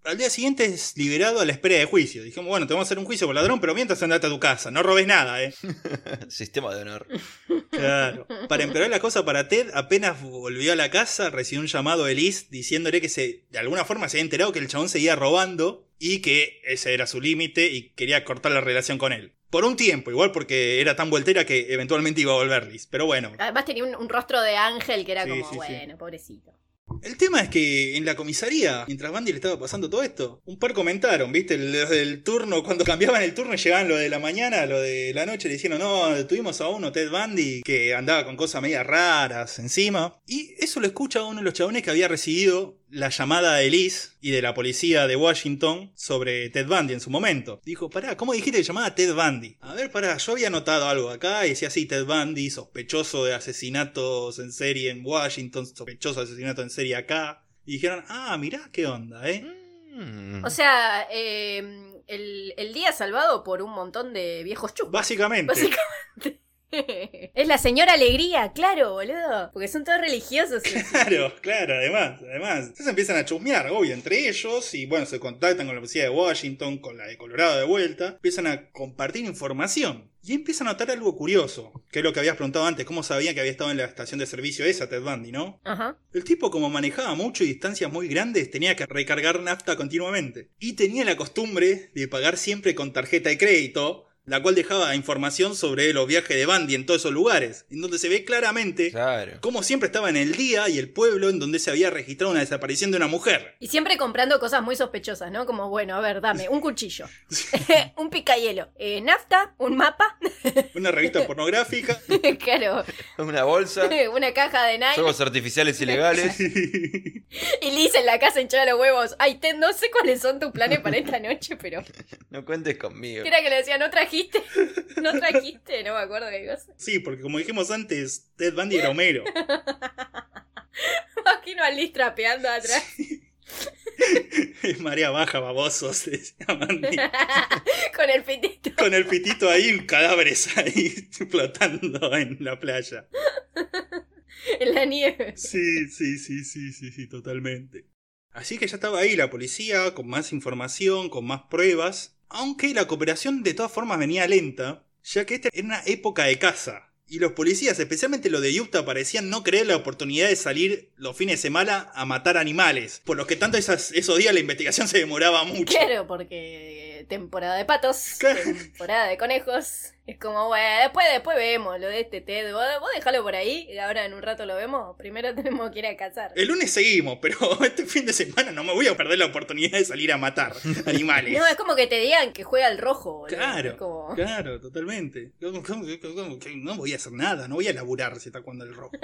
Al día siguiente es liberado a la espera de juicio. Dijimos, bueno, te vamos a hacer un juicio por ladrón, pero mientras andate a tu casa, no robes nada, ¿eh? Sistema de honor. Claro. Para empeorar la cosa para Ted, apenas volvió a la casa, recibió un llamado de Liz diciéndole que se, de alguna forma se había enterado que el chabón seguía robando y que ese era su límite y quería cortar la relación con él. Por un tiempo, igual porque era tan voltera que eventualmente iba a volver Liz. Pero bueno. Además tenía un, un rostro de ángel que era Sí, como, sí, bueno, sí. pobrecito. El tema es que en la comisaría, mientras Bundy le estaba pasando todo esto, un par comentaron, ¿viste? Los del turno, cuando cambiaban el turno y llegaban lo de la mañana, lo de la noche, le dijeron, no, tuvimos a uno, Ted Bundy, que andaba con cosas medias raras encima. Y eso lo escucha uno de los chabones que había recibido la llamada de Liz y de la policía de Washington sobre Ted Bundy en su momento. Dijo, pará, ¿cómo dijiste que se llamaba Ted Bundy? A ver, pará, yo había notado algo acá y decía así, Ted Bundy, sospechoso de asesinatos en serie en Washington, sospechoso de asesinato en serie acá. Y dijeron, ah, mirá qué onda, ¿eh? Mm. O sea, eh, el, el día salvado por un montón de viejos chupas. Básicamente. Básicamente. Es la señora Alegría, claro, boludo. Porque son todos religiosos. Claro, claro, además, además. Entonces empiezan a chusmear, obvio, entre ellos, y bueno, se contactan con la policía de Washington, con la de Colorado de vuelta, empiezan a compartir información. Y empiezan a notar algo curioso, que es lo que habías preguntado antes, cómo sabían que había estado en la estación de servicio esa, Ted Bundy, ¿no? Ajá. El tipo, como manejaba mucho y distancias muy grandes, tenía que recargar nafta continuamente. Y tenía la costumbre de pagar siempre con tarjeta de crédito, la cual dejaba información sobre los viajes de Bundy en todos esos lugares, en donde se ve claramente Claro. cómo siempre estaba en el día y el pueblo en donde se había registrado una desaparición de una mujer. Y siempre comprando cosas muy sospechosas, ¿no? Como, bueno, a ver, dame un cuchillo, un picahielo, eh, nafta, un mapa, Una revista pornográfica. claro, Una bolsa. una caja de Nike. Fuegos artificiales ilegales. Y Liz en la casa hinchada los huevos. Ay, Ted, no sé cuáles son tus planes para esta noche, pero... No cuentes conmigo. Era que le decía, no trajiste, no trajiste, no me acuerdo qué cosa. Sí, porque como dijimos antes, Ted Bundy era Homero. Imagino a Liz trapeando atrás. Marea baja, babosos, decía Bundy. Con el pitito. Con el pitito ahí, cadáveres ahí flotando en la playa. En la nieve. Sí, sí, sí, sí, sí, sí, totalmente. Así que ya estaba ahí la policía, con más información, con más pruebas. Aunque la cooperación de todas formas venía lenta, ya que esta era una época de caza. Y los policías, especialmente los de Utah, parecían no creer la oportunidad de salir los fines de semana a matar animales. Por lo que tanto esas, esos días la investigación se demoraba mucho. Claro, porque temporada de patos, Claro. temporada de conejos. Es como, bueno, después, después vemos lo de este Ted. Vos, vos dejalo por ahí, y ahora en un rato lo vemos. Primero tenemos que ir a cazar. El lunes seguimos, pero este fin de semana no me voy a perder la oportunidad de salir a matar animales. No, es como que te digan que juega al rojo, boludo. Claro, Es como... claro, totalmente. ¿Cómo- cómo- cómo que No voy a hacer nada, no voy a laburar si está jugando el rojo.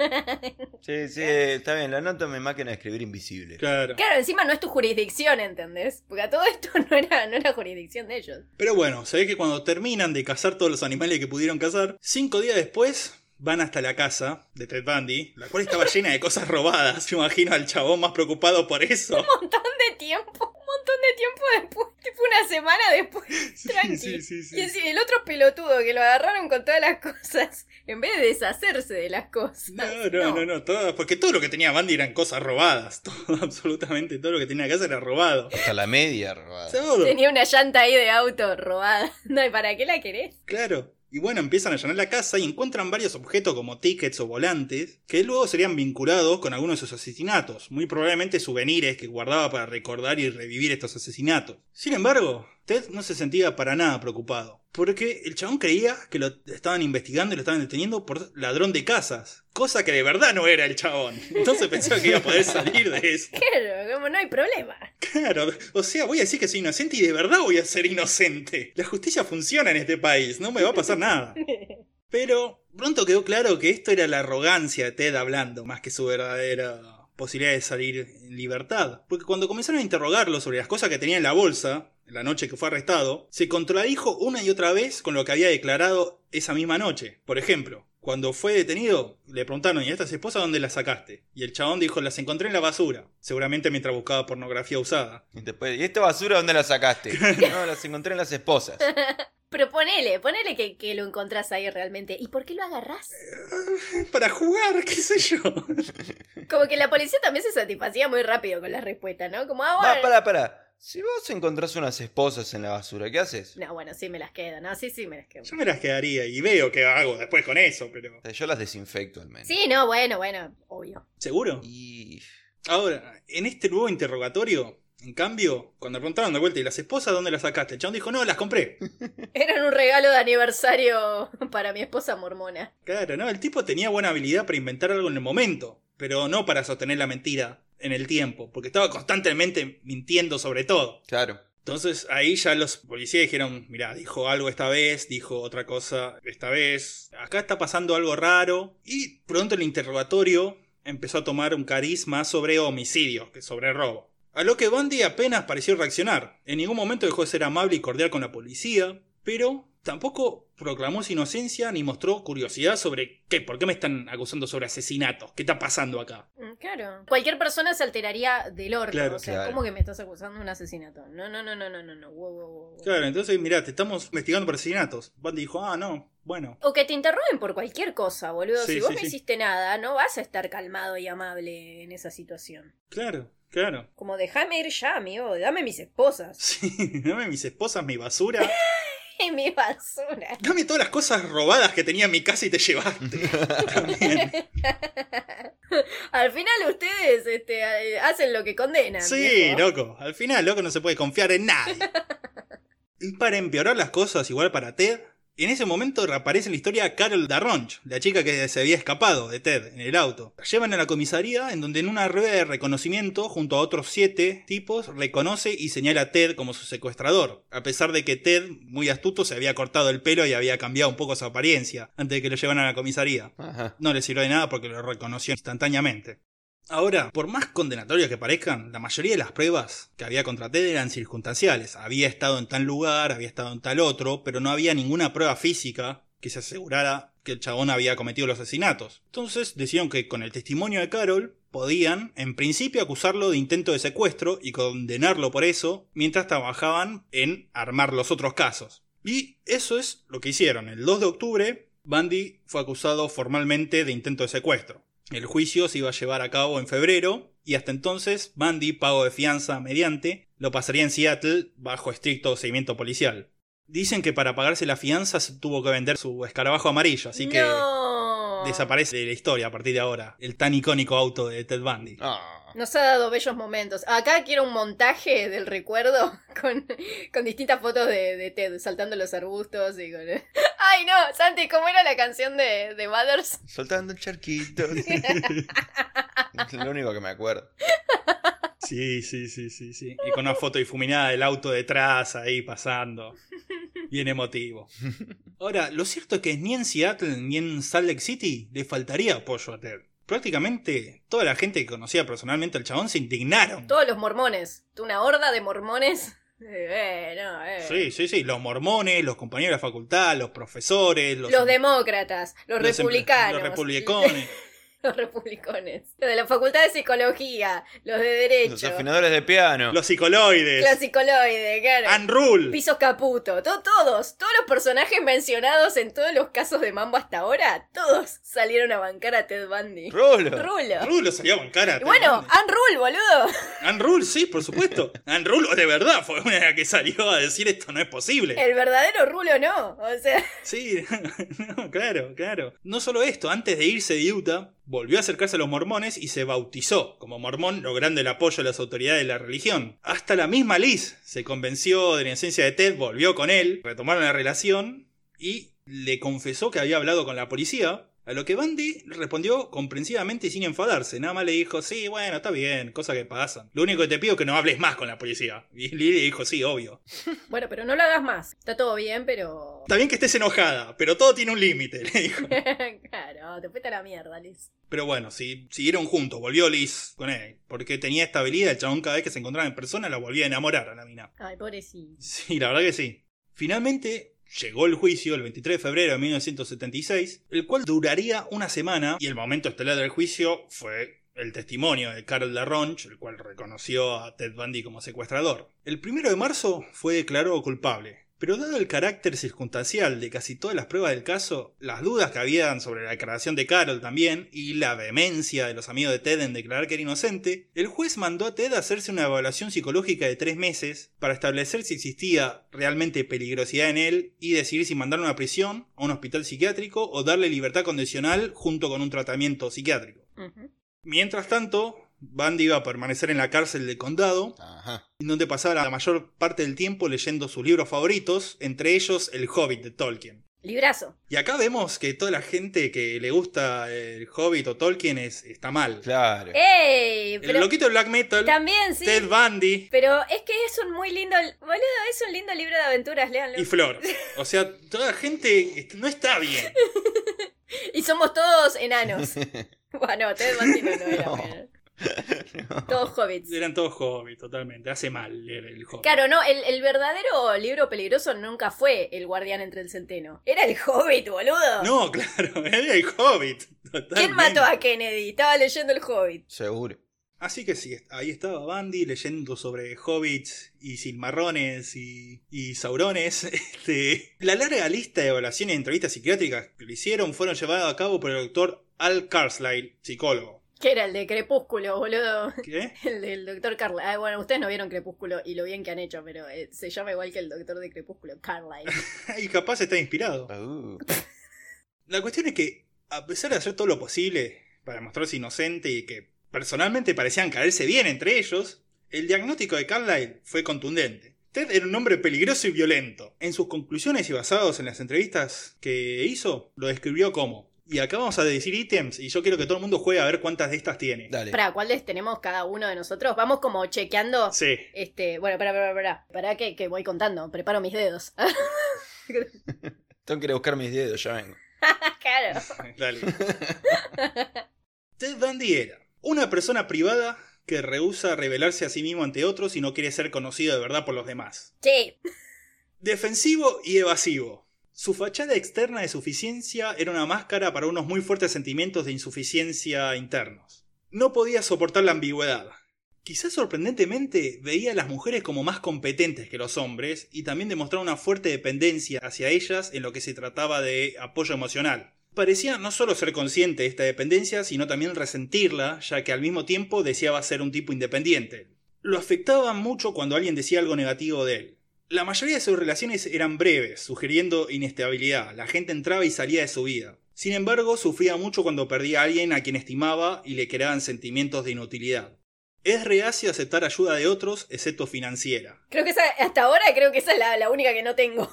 Sí, sí, está bien. La nota me máquina de escribir invisible. Claro. Claro, encima no es tu jurisdicción, ¿entendés? Porque a todo esto no era, no era jurisdicción de ellos. Pero bueno, se ve que cuando terminan de cazar todos los animales que pudieron cazar, cinco días después van hasta la casa de Ted Bundy, la cual estaba llena de cosas robadas. Yo imagino al chabón más preocupado por eso. Un montón de tiempo, un montón de tiempo después, tipo una semana después, tranqui. Sí, sí, sí. Y encima el otro pelotudo que lo agarraron con todas las cosas, en vez de deshacerse de las cosas. No, no, no, no, todo, porque todo lo que tenía Bundy eran cosas robadas. Todo, absolutamente todo lo que tenía que hacer era robado. Hasta la media robada. Todo. Tenía una llanta ahí de auto robada. No, ¿y para qué la querés? Claro. Y bueno, empiezan a allanar la casa y encuentran varios objetos como tickets o volantes que luego serían vinculados con algunos de sus asesinatos, muy probablemente souvenirs que guardaba para recordar y revivir estos asesinatos. Sin embargo, Ted no se sentía para nada preocupado, porque el chabón creía que lo estaban investigando y lo estaban deteniendo por ladrón de casas, cosa que de verdad no era el chabón. Entonces pensaba que iba a poder salir de eso. Claro, como no hay problema. Claro, o sea, voy a decir que soy inocente y de verdad voy a ser inocente. La justicia funciona en este país, no me va a pasar nada. Pero pronto quedó claro que esto era la arrogancia de Ted hablando, más que su verdadera posibilidad de salir en libertad. Porque cuando comenzaron a interrogarlo sobre las cosas que tenía en la bolsa, la noche que fue arrestado, se contradijo una y otra vez con lo que había declarado esa misma noche. Por ejemplo, cuando fue detenido, le preguntaron, ¿y estas esposas dónde las sacaste? Y el chabón dijo, las encontré en la basura. Seguramente mientras buscaba pornografía usada. Y después, ¿y esta basura dónde la sacaste? No, las encontré en las esposas. Pero ponele, ponele que, que lo encontrás ahí realmente. ¿Y por qué lo agarrás? Para jugar, qué sé yo. Como que la policía también se satisfacía muy rápido con la respuesta, ¿no? Como, ah, Va, bueno. pará, pará. si vos encontrás unas esposas en la basura, ¿qué haces? No, bueno, sí me las quedo. No, sí, sí me las quedo. Yo me las quedaría y veo qué hago después con eso, pero... O sea, yo las desinfecto al menos. Sí, no, bueno, bueno, obvio. ¿Seguro? Y... Ahora, en este nuevo interrogatorio, en cambio, cuando preguntaron de vuelta, ¿y las esposas dónde las sacaste? El chabón dijo, no, las compré. Eran un regalo de aniversario para mi esposa mormona. Claro, no, el tipo tenía buena habilidad para inventar algo en el momento, pero no para sostener la mentira en el tiempo, porque estaba constantemente mintiendo sobre todo. Claro. Entonces ahí ya los policías dijeron, mirá, dijo algo esta vez, dijo otra cosa esta vez, acá está pasando algo raro, y pronto el interrogatorio empezó a tomar un cariz más sobre homicidio que sobre robo. A lo que Bundy apenas pareció reaccionar. En ningún momento dejó de ser amable y cordial con la policía, pero tampoco proclamó su inocencia ni mostró curiosidad sobre qué, por qué me están acusando sobre asesinatos, qué está pasando acá. Claro. Cualquier persona se alteraría del orto. Claro, o sea, claro. ¿cómo que me estás acusando de un asesinato? No, no, no, no, no, no, no. Wow, wow, wow. Claro, entonces mirá, te estamos investigando por asesinatos. Bundy dijo, ah, no, bueno. O que te interroguen por cualquier cosa, boludo. Sí, si vos sí, no sí. hiciste nada, no vas a estar calmado y amable en esa situación. Claro, claro. Como, déjame ir ya, amigo. Dame mis esposas. Sí, dame mis esposas, mi basura. Y mi basura. Dame todas las cosas robadas que tenía en mi casa y te llevaste. También. Al final ustedes este, eh, hacen lo que condenan. Sí, viejo. loco. Al final, loco, no se puede confiar en nadie. Y para empeorar las cosas, igual para Ted, en ese momento reaparece en la historia Carol Darronch, la chica que se había escapado de Ted en el auto. La llevan a la comisaría, en donde en una rueda de reconocimiento, junto a otros siete tipos, reconoce y señala a Ted como su secuestrador. A pesar de que Ted, muy astuto, se había cortado el pelo y había cambiado un poco su apariencia antes de que lo llevaran a la comisaría. Ajá. No le sirvió de nada porque lo reconoció instantáneamente. Ahora, por más condenatorias que parezcan, la mayoría de las pruebas que había contra Ted eran circunstanciales. Había estado en tal lugar, había estado en tal otro, pero no había ninguna prueba física que se asegurara que el chabón había cometido los asesinatos. Entonces decidieron que con el testimonio de Carol podían, en principio, acusarlo de intento de secuestro y condenarlo por eso, mientras trabajaban en armar los otros casos. Y eso es lo que hicieron. El dos de octubre, Bundy fue acusado formalmente de intento de secuestro. El juicio se iba a llevar a cabo en febrero, y hasta entonces Bundy, pago de fianza mediante, lo pasaría en Seattle bajo estricto seguimiento policial. Dicen que para pagarse la fianza se tuvo que vender su escarabajo amarillo, así que No. desaparece de la historia a partir de ahora, el tan icónico auto de Ted Bundy. Ah. Nos ha dado bellos momentos. Acá quiero un montaje del recuerdo con, con distintas fotos de, de Ted saltando los arbustos y con... Ay, no, Santi, ¿cómo era la canción de, de Mothers? Soltando el charquito. Es lo único que me acuerdo. Sí, sí, sí, sí, sí. Y con una foto difuminada del auto detrás ahí pasando. Bien emotivo. Ahora, lo cierto es que ni en Seattle ni en Salt Lake City le faltaría apoyo a Ted. Prácticamente toda la gente que conocía personalmente al chabón se indignaron. Todos los mormones. Una horda de mormones. Eh, no, eh. Sí, sí, sí. Los mormones, los compañeros de la facultad, los profesores, los, Los demócratas, los, los em- republicanos. los republicones. Los republicones. Los de la facultad de psicología. Los de derecho. Los afinadores de piano. Los psicoloides. Los psicoloides, claro. Ann Rule. Pisos Caputo. To- todos. Todos los personajes mencionados en todos los casos de Mambo hasta ahora. Todos salieron a bancar a Ted Bundy. Rulo. Rulo. Rule salió a bancar a Y Ted bueno, Bundy. Ann Rule, boludo. Ann Rule, sí, por supuesto. Ann Rule, de verdad, fue una de las que salió a decir esto no es posible. El verdadero Rulo no. O sea, Sí, no, claro, claro. No solo esto, antes de irse de Utah, volvió a acercarse a los mormones y se bautizó como mormón, logrando el apoyo de las autoridades de la religión. Hasta la misma Liz se convenció de la inocencia de Ted, volvió con él, retomaron la relación y le confesó que había hablado con la policía. A lo que Bundy respondió comprensivamente y sin enfadarse. Nada más le dijo, sí, bueno, está bien, cosas que pasan. Lo único que te pido es que no hables más con la policía. Y Lily dijo, sí, obvio. bueno, pero no lo hagas más. Está todo bien, pero... Está bien que estés enojada, pero todo tiene un límite, le dijo. claro, te fuiste a la mierda, Liz. Pero bueno, si siguieron juntos, volvió Liz con él. Porque tenía estabilidad, el chabón cada vez que se encontraba en persona la volvía a enamorar a la mina. Ay, pobrecito. Sí, la verdad que sí. Finalmente llegó el juicio el veintitrés de febrero de mil novecientos setenta y seis, el cual duraría una semana, y el momento estelar del juicio fue el testimonio de Carol Darronch, el cual reconoció a Ted Bundy como secuestrador. El primero de marzo fue declarado culpable, Pero dado el carácter circunstancial de casi todas las pruebas del caso, las dudas que habían sobre la declaración de Carol también, y la vehemencia de los amigos de Ted en declarar que era inocente, el juez mandó a Ted a hacerse una evaluación psicológica de tres meses para establecer si existía realmente peligrosidad en él y decidir si mandarlo a una prisión, a un hospital psiquiátrico o darle libertad condicional junto con un tratamiento psiquiátrico. Uh-huh. Mientras tanto, Bundy iba a permanecer en la cárcel del condado, Ajá. en donde pasaba la mayor parte del tiempo leyendo sus libros favoritos, entre ellos El Hobbit de Tolkien. Librazo. Y acá vemos que toda la gente que le gusta el Hobbit o Tolkien es, está mal. Claro. ¡Ey! El loquito de Black Metal. También, sí. Ted Bundy. Pero es que es un muy lindo... Boludo, es un lindo libro de aventuras, léanlo. Y Flor. O sea, toda la gente no está bien. Y somos todos enanos. Bueno, Ted Bundy no, no era bueno. No. Todos hobbits. Eran todos hobbits, totalmente. Hace mal leer el hobbit. Claro, no, el, el verdadero libro peligroso nunca fue El Guardián entre el Centeno. Era el Hobbit, boludo. No, claro, era el Hobbit. Totalmente. ¿Quién mató a Kennedy? Estaba leyendo el Hobbit. Seguro. Así que sí, ahí estaba Bundy leyendo sobre hobbits y silmarrones y, y saurones. Este, la larga lista de evaluaciones y entrevistas psiquiátricas que le hicieron fueron llevadas a cabo por el doctor Al Carlisle, psicólogo. Que era el de Crepúsculo, boludo. ¿Qué? El del doctor Carlisle. Ah, bueno, ustedes no vieron Crepúsculo y lo bien que han hecho, pero eh, se llama igual que el doctor de Crepúsculo, Carlisle. Y capaz está inspirado. Uh. La cuestión es que, a pesar de hacer todo lo posible para mostrarse inocente y que personalmente parecían caerse bien entre ellos, el diagnóstico de Carlisle fue contundente. Ted era un hombre peligroso y violento. En sus conclusiones y basados en las entrevistas que hizo, lo describió como... Y acá vamos a decir ítems y yo quiero que todo el mundo juegue a ver cuántas de estas tiene. Dale. ¿Para cuáles tenemos cada uno de nosotros? Vamos como chequeando. Sí. Este, bueno, para, para, para. Para que, que voy contando. Preparo mis dedos. Tengo que ir a buscar mis dedos, ya vengo. Claro. Dale. Ted Bundy era una persona privada que rehúsa revelarse a sí mismo ante otros y no quiere ser conocido de verdad por los demás. Sí. Defensivo y evasivo. Su fachada externa de suficiencia era una máscara para unos muy fuertes sentimientos de insuficiencia internos. No podía soportar la ambigüedad. Quizás sorprendentemente veía a las mujeres como más competentes que los hombres y también demostraba una fuerte dependencia hacia ellas en lo que se trataba de apoyo emocional. Parecía no solo ser consciente de esta dependencia, sino también resentirla, ya que al mismo tiempo deseaba ser un tipo independiente. Lo afectaba mucho cuando alguien decía algo negativo de él. La mayoría de sus relaciones eran breves, sugiriendo inestabilidad. La gente entraba y salía de su vida. Sin embargo, sufría mucho cuando perdía a alguien a quien estimaba y le creaban sentimientos de inutilidad. Es reacio a aceptar ayuda de otros, excepto financiera. Creo que esa, hasta ahora creo que esa es la, la única que no tengo.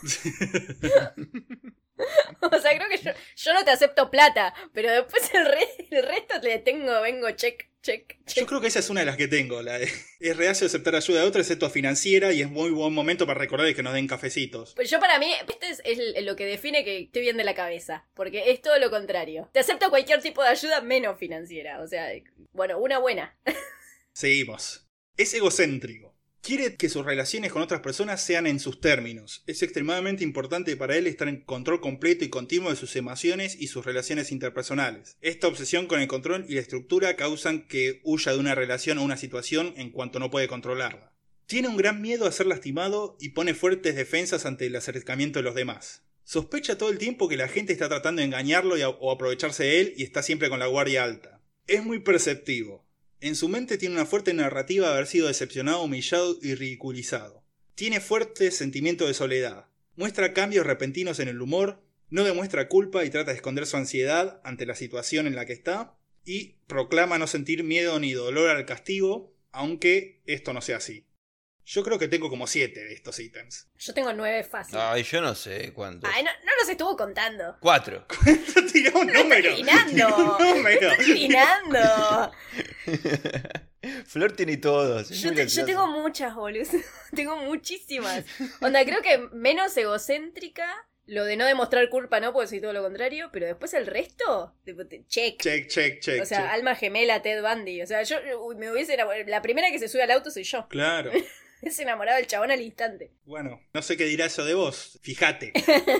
O sea, creo que yo, yo no te acepto plata, pero después el, re, el resto le tengo, vengo, check, check, check. Yo creo que esa es una de las que tengo. La de, es reacio a aceptar ayuda de otros, excepto financiera, y es muy buen momento para recordar que nos den cafecitos. Pues yo para mí, este es, es lo que define que estoy bien de la cabeza, porque es todo lo contrario. Te acepto cualquier tipo de ayuda menos financiera, o sea, bueno, una buena. Seguimos. Es egocéntrico. Quiere que sus relaciones con otras personas sean en sus términos. Es extremadamente importante para él estar en control completo y continuo de sus emociones y sus relaciones interpersonales. Esta obsesión con el control y la estructura causan que huya de una relación o una situación en cuanto no puede controlarla. Tiene un gran miedo a ser lastimado y pone fuertes defensas ante el acercamiento de los demás. Sospecha todo el tiempo que la gente está tratando de engañarlo y a- o aprovecharse de él y está siempre con la guardia alta. Es muy perceptivo. En su mente tiene una fuerte narrativa de haber sido decepcionado, humillado y ridiculizado. Tiene fuerte sentimiento de soledad. Muestra cambios repentinos en el humor, no demuestra culpa y trata de esconder su ansiedad ante la situación en la que está, y proclama no sentir miedo ni dolor al castigo, aunque esto no sea así. Yo creo que tengo como siete de estos ítems. Yo tengo nueve fácil. Ay, yo no sé cuántos. Ay, no, no los estuvo contando. Cuatro. Tiró un número. Adivinando. Tiró un número. Adivinando. Flor tiene todos. Yo, te- yo tengo muchas, boludo. Tengo muchísimas. Onda, creo que menos egocéntrica. Lo de no demostrar culpa, no, porque soy todo lo contrario. Pero después el resto, tipo, te- check. Check, check, check. O sea, check. alma gemela, Ted Bundy. O sea, yo uy, me hubiese enamorado. La primera que se sube al auto soy yo. Claro. Es enamorado del chabón al instante. Bueno, no sé qué dirá eso de vos. Fíjate.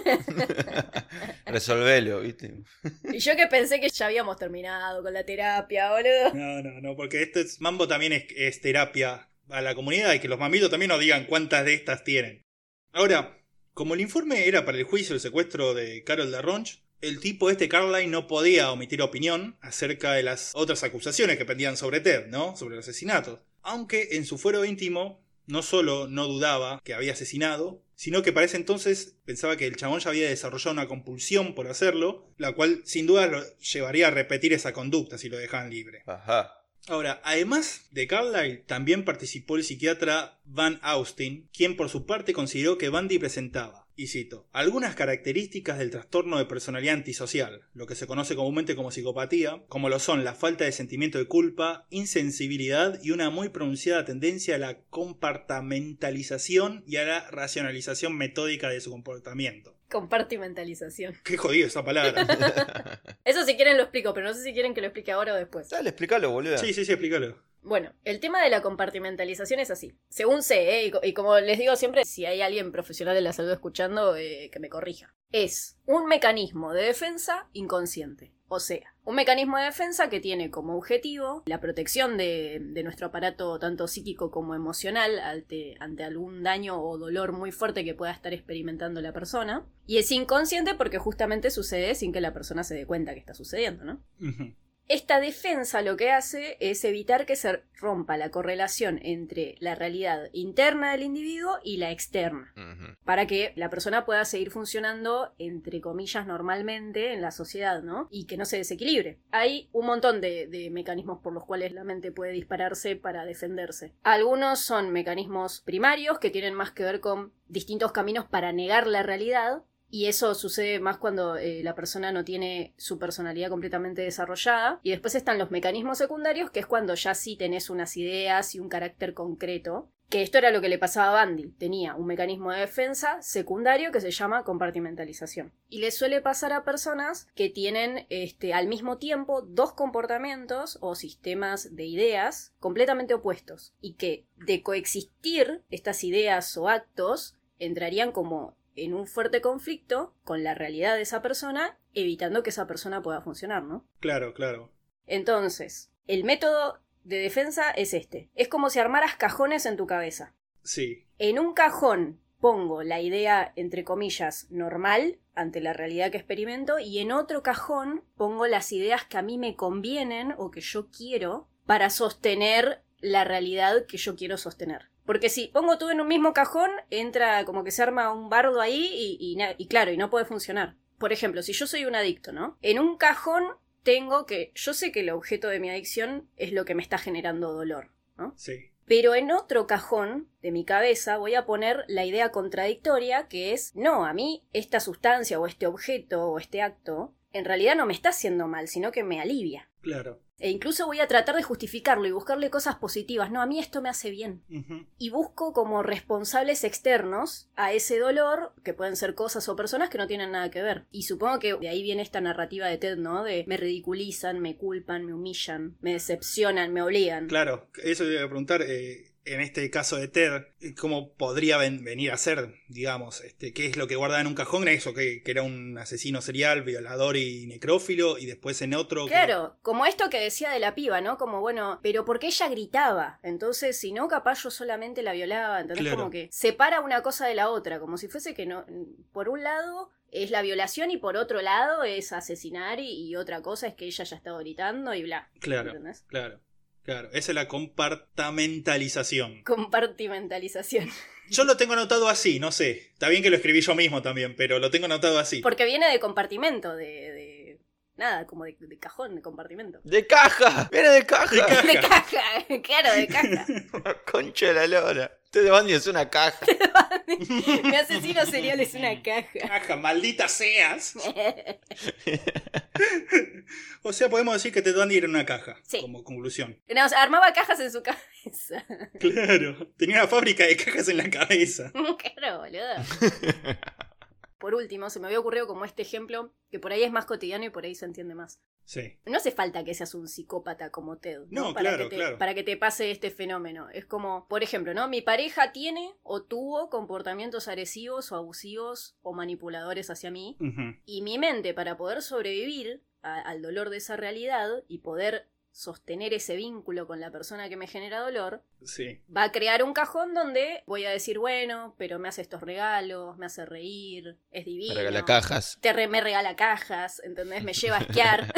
Resolvelo, ¿viste? Y yo que pensé que ya habíamos terminado con la terapia, boludo. No, no, no, porque esto es, Mambo también es, es terapia a la comunidad y que los mamitos también nos digan cuántas de estas tienen. Ahora, Como el informe era para el juicio del secuestro de Carol Darronch, el tipo este Carlyle no podía omitir opinión acerca de las otras acusaciones que pendían sobre Ted, ¿no? Sobre los asesinatos. Aunque en su fuero íntimo no solo no dudaba que había asesinado, sino que para ese entonces pensaba que el chabón ya había desarrollado una compulsión por hacerlo, la cual sin duda lo llevaría a repetir esa conducta si lo dejaban libre. Ajá. Ahora, además de Carlyle, también participó el psiquiatra Van Austin, quien por su parte consideró que Bundy presentaba, y cito, algunas características del trastorno de personalidad antisocial, lo que se conoce comúnmente como psicopatía, como lo son la falta de sentimiento de culpa, insensibilidad y una muy pronunciada tendencia a la compartimentalización y a la racionalización metódica de su comportamiento. Compartimentalización. Qué jodido esa palabra. Eso si quieren lo explico, pero no sé si quieren que lo explique ahora o después. Dale, explícalo, boludo. Sí, sí, sí, explícalo. Bueno, el tema de la compartimentalización es así. Según sé, ¿eh? y, co- y como les digo siempre, si hay alguien profesional de la salud escuchando, eh, que me corrija. Es un mecanismo de defensa inconsciente. O sea, un mecanismo de defensa que tiene como objetivo la protección de, de nuestro aparato tanto psíquico como emocional ante, ante algún daño o dolor muy fuerte que pueda estar experimentando la persona. Y es inconsciente porque justamente sucede sin que la persona se dé cuenta que está sucediendo, ¿no? Uh-huh. Esta defensa lo que hace es evitar que se rompa la correlación entre la realidad interna del individuo y la externa, Ujú. para que la persona pueda seguir funcionando, entre comillas, normalmente en la sociedad, ¿no? Y que no se desequilibre. Hay un montón de, de mecanismos por los cuales la mente puede dispararse para defenderse. Algunos son mecanismos primarios que tienen más que ver con distintos caminos para negar la realidad. Y eso sucede más cuando eh, la persona no tiene su personalidad completamente desarrollada. Y después están los mecanismos secundarios, que es cuando ya sí tenés unas ideas y un carácter concreto. Que esto era lo que le pasaba a Bundy. Tenía un mecanismo de defensa secundario que se llama compartimentalización. Y le suele pasar a personas que tienen este, al mismo tiempo dos comportamientos o sistemas de ideas completamente opuestos. Y que de coexistir estas ideas o actos entrarían como en un fuerte conflicto con la realidad de esa persona, evitando que esa persona pueda funcionar, ¿no? Claro, claro. Entonces, el método de defensa es este. Es como si armaras cajones en tu cabeza. Sí. En un cajón pongo la idea, entre comillas, normal ante la realidad que experimento, y en otro cajón pongo las ideas que a mí me convienen o que yo quiero para sostener la realidad que yo quiero sostener. Porque si pongo todo en un mismo cajón, entra como que se arma un bardo ahí y, y, y claro, y no puede funcionar. Por ejemplo, si yo soy un adicto, ¿no? En un cajón tengo que... Yo sé que el objeto de mi adicción es lo que me está generando dolor, ¿no? Sí. Pero en otro cajón de mi cabeza voy a poner la idea contradictoria que es, no, a mí esta sustancia o este objeto o este acto en realidad no me está haciendo mal, sino que me alivia. Claro. E incluso voy a tratar de justificarlo y buscarle cosas positivas. No, a mí esto me hace bien. Uh-huh. Y busco como responsables externos a ese dolor, que pueden ser cosas o personas que no tienen nada que ver. Y supongo que de ahí viene esta narrativa de Ted, ¿no? De me ridiculizan, me culpan, me humillan, me decepcionan, me obligan. Claro, eso te iba a preguntar, eh, en este caso de Ted, ¿cómo podría ven- venir a ser, digamos, este, qué es lo que guardaba en un cajón? Eso, que, que era un asesino serial, violador y necrófilo, y después en otro... que- Claro, como esto que decía de la piba, ¿no? Como, bueno, pero porque ella gritaba, entonces si no, capaz yo solamente la violaba, ¿entendés? Claro. Como que separa una cosa de la otra, como si fuese que no, por un lado es la violación y por otro lado es asesinar y, y otra cosa es que ella ya estaba gritando y bla. Claro, ¿entendés? claro, claro. Esa es la compartamentalización. Compartimentalización. Yo lo tengo anotado así, no sé. Está bien que lo escribí yo mismo también, pero lo tengo anotado así. Porque viene de compartimento, de... de nada, como de, de cajón, de compartimento. ¡De caja! ¡Viene de caja! De caja. De caja, claro, de caja. Concha de la lora. Este de Bundy es una caja. Mi asesino serial es una caja. Caja, maldita seas. O sea, podemos decir que Ted Bundy era una caja, Sí. como conclusión. No, o sea, armaba cajas en su cabeza. Claro, tenía una fábrica de cajas en la cabeza. Claro, boludo. Por último, se me había ocurrido como este ejemplo, que por ahí es más cotidiano y por ahí se entiende más. Sí. No hace falta que seas un psicópata como Ted, ¿no? No, para claro, que te, claro. para que te pase este fenómeno. Es como, por ejemplo, ¿no? Mi pareja tiene o tuvo comportamientos agresivos o abusivos o manipuladores hacia mí. Ujú. Y mi mente, para poder sobrevivir a- al dolor de esa realidad y poder sostener ese vínculo con la persona que me genera dolor, Sí. va a crear un cajón donde voy a decir, bueno, pero me hace estos regalos, me hace reír, es divino. Me regala cajas. Te re- me regala cajas, ¿entendés? Me lleva a esquiar.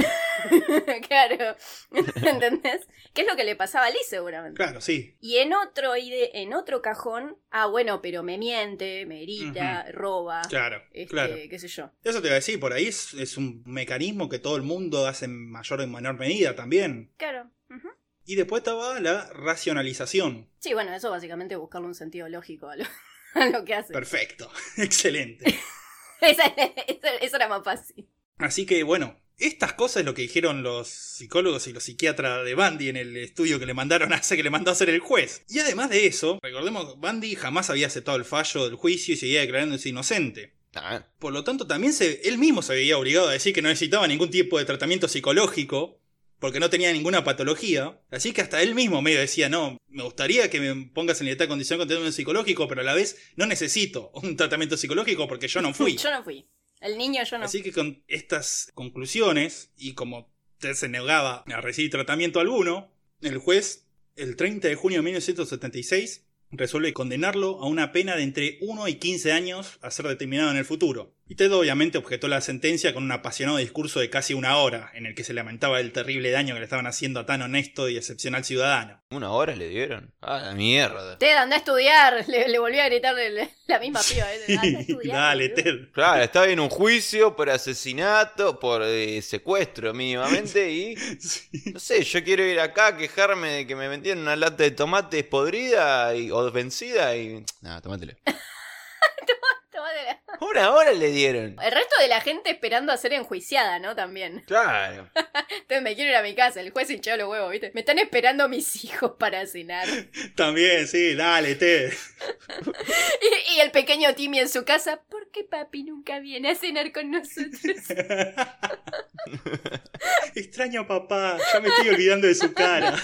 Claro, ¿entendés? ¿Qué es lo que le pasaba a Liz seguramente? Claro, sí. Y en otro, ide- en otro cajón, ah, bueno, pero me miente, me grita, roba, Claro, este, claro. qué sé yo. Eso te iba a decir, por ahí es, es un mecanismo que todo el mundo hace en mayor o en menor medida también. Claro. Ujú. Y después estaba la racionalización. Sí, bueno, eso básicamente es buscarle un sentido lógico a lo, a lo que hace. Perfecto, excelente. Esa- esa- Eso era más fácil. Así que bueno, estas cosas es lo que dijeron los psicólogos y los psiquiatras de Bundy en el estudio que le mandaron a hacer, que le mandó a hacer el juez. Y además de eso, recordemos que Bundy jamás había aceptado el fallo del juicio y seguía declarándose inocente. Ah, Por lo tanto, también se, él mismo se veía obligado a decir que no necesitaba ningún tipo de tratamiento psicológico, porque no tenía ninguna patología. Así que hasta él mismo medio decía, no, me gustaría que me pongas en libertad condición con tratamiento psicológico, pero a la vez no necesito un tratamiento psicológico porque yo no fui. Yo no fui. El niño yo no Así que con estas conclusiones, y como usted se negaba a recibir tratamiento alguno, el juez, el treinta de junio de mil novecientos setenta y seis, resuelve condenarlo a una pena de entre uno y quince años a ser determinado en el futuro. Y Ted obviamente objetó la sentencia con un apasionado discurso de casi una hora, en el que se lamentaba el terrible daño que le estaban haciendo a tan honesto y excepcional ciudadano. ¿una hora le dieron? Ah, la mierda. Ted, anda a estudiar. Le, le volví a gritar el- la misma piba. ¿eh? Anda a estudiar. Dale, boludo. Ted. Claro, estaba en un juicio por asesinato, por eh, secuestro mínimamente y... Sí. No sé, yo quiero ir acá a quejarme de que me vendieron una lata de tomates podrida y, o vencida y... No, tómatelo. Tómatela. Una hora le dieron. El resto de la gente esperando a ser enjuiciada, ¿no? También. Claro. Entonces me quiero ir a mi casa. El juez hinchó los huevos, ¿viste? Me están esperando mis hijos para cenar. También, sí, dale, Ted. Y, y el pequeño Timmy en su casa. ¿Por qué papi nunca viene a cenar con nosotros? Extraño a papá, ya me estoy olvidando de su cara.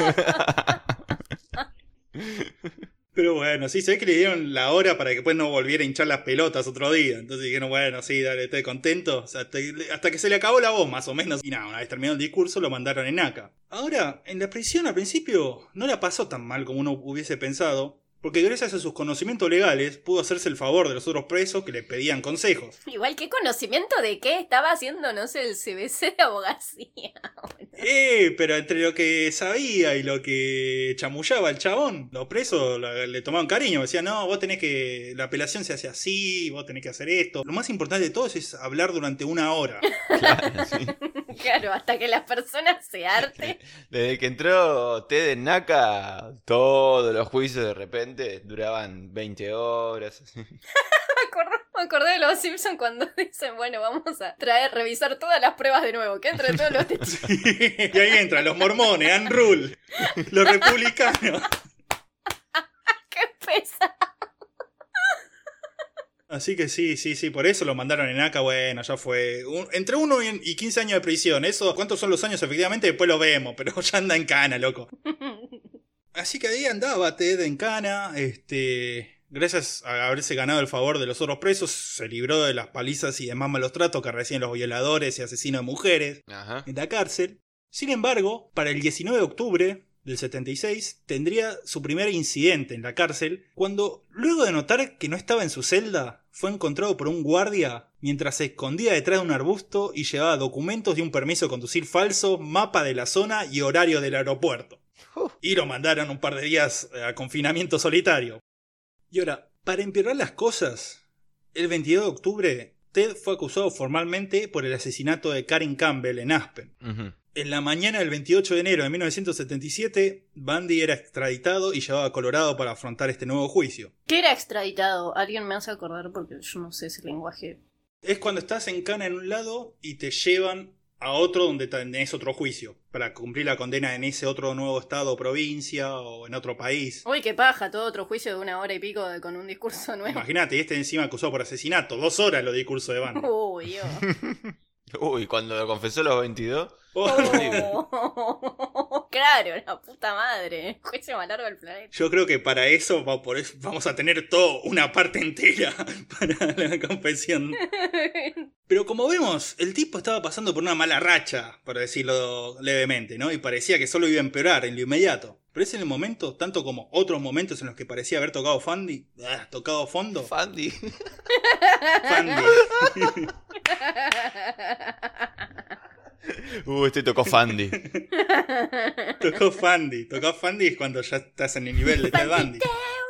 Pero bueno, sí, se ve que le dieron la hora para que después no volviera a hinchar las pelotas otro día. Entonces dijeron, bueno, sí, dale, estoy contento. O sea, hasta, hasta que se le acabó la voz, más o menos. Y nada, una vez terminado el discurso, lo mandaron en A C A. Ahora, en la prisión al principio no la pasó tan mal como uno hubiese pensado, porque gracias a sus conocimientos legales pudo hacerse el favor de los otros presos que le pedían consejos. Igual, ¿qué conocimiento de qué estaba haciendo, no sé, el C B C de abogacía? Eh, pero entre lo que sabía y lo que chamullaba el chabón, los presos la- le tomaban cariño. Decían, no, vos tenés que. La apelación se hace así, vos tenés que hacer esto. Lo más importante de todo es hablar durante una hora. Claro, sí. Claro, hasta que las personas se harten. Desde que entró Ted en Naka, todos los juicios de repente duraban veinte horas. Me acordé, me acordé de los Simpsons cuando dicen, bueno, vamos a traer, revisar todas las pruebas de nuevo, que entre todos los testigos. Y ahí entran los mormones, Ann Rule, los republicanos. ¡Qué pesa! Así que sí, sí, sí, por eso lo mandaron en A C A. Bueno, ya fue. Un- entre uno y quince años de prisión. Eso, ¿cuántos son los años efectivamente? Después lo vemos, pero ya anda en cana, loco. Así que ahí andaba Ted en cana, este... Gracias a haberse ganado el favor de los otros presos, se libró de las palizas y demás malos tratos que reciben los violadores y asesinos de mujeres Ajá. en la cárcel. Sin embargo, para el diecinueve de octubre del setenta y seis, tendría su primer incidente en la cárcel, cuando, luego de notar que no estaba en su celda, fue encontrado por un guardia mientras se escondía detrás de un arbusto y llevaba documentos de un permiso de conducir falso, mapa de la zona y horario del aeropuerto. Uf. Y lo mandaron un par de días a confinamiento solitario. Y ahora, para empeorar las cosas, el veintidós de octubre, Ted fue acusado formalmente por el asesinato de Karen Campbell en Aspen. Ujú. En la mañana del veintiocho de enero de mil novecientos setenta y siete, Bundy era extraditado y llevado a Colorado para afrontar este nuevo juicio. ¿Qué era extraditado? Alguien me hace acordar porque yo no sé ese lenguaje. Es cuando estás en cana en un lado y te llevan a otro donde tenés otro juicio, para cumplir la condena en ese otro nuevo estado o provincia o en otro país. Uy, qué paja, todo otro juicio de una hora y pico de- con un discurso nuevo. Imagínate, y este encima acusado por asesinato, dos horas los discursos de Bundy. Uy, Dios. Uy, cuando lo confesó a los veintidós. Horrible. Oh. claro, la puta madre. El juicio más largo del planeta. Yo creo que para eso, va- por eso vamos a tener todo una parte entera para la confesión. Pero como vemos, el tipo estaba pasando por una mala racha, por decirlo levemente, ¿no? Y parecía que solo iba a empeorar en lo inmediato. Pero es en el momento, tanto como otros momentos en los que parecía haber tocado Fandi, ah, tocado fondo. Fandi. Fandi. Uh, este tocó Fandi. Tocó Fandi. Tocó Fandi es cuando ya estás en el nivel de Ted Bundy.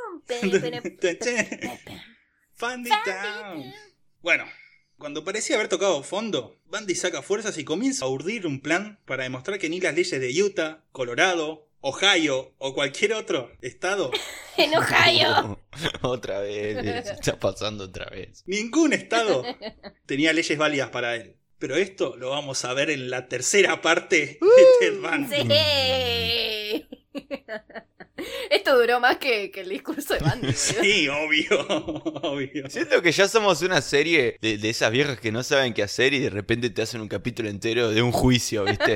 Fandi Town. Bueno, cuando parecía haber tocado fondo, Bundy saca fuerzas y comienza a urdir un plan para demostrar que ni las leyes de Utah, Colorado, Ohio o cualquier otro estado, En Ohio. Otra vez, se está pasando otra vez. ningún estado tenía leyes válidas para él. Pero esto lo vamos a ver en la tercera parte de Ted Bundy. Sí. Esto duró más que, que el discurso de Bundy. Sí, obvio, obvio. Siento que ya somos una serie de, de esas viejas que no saben qué hacer y de repente te hacen un capítulo entero de un juicio, ¿viste?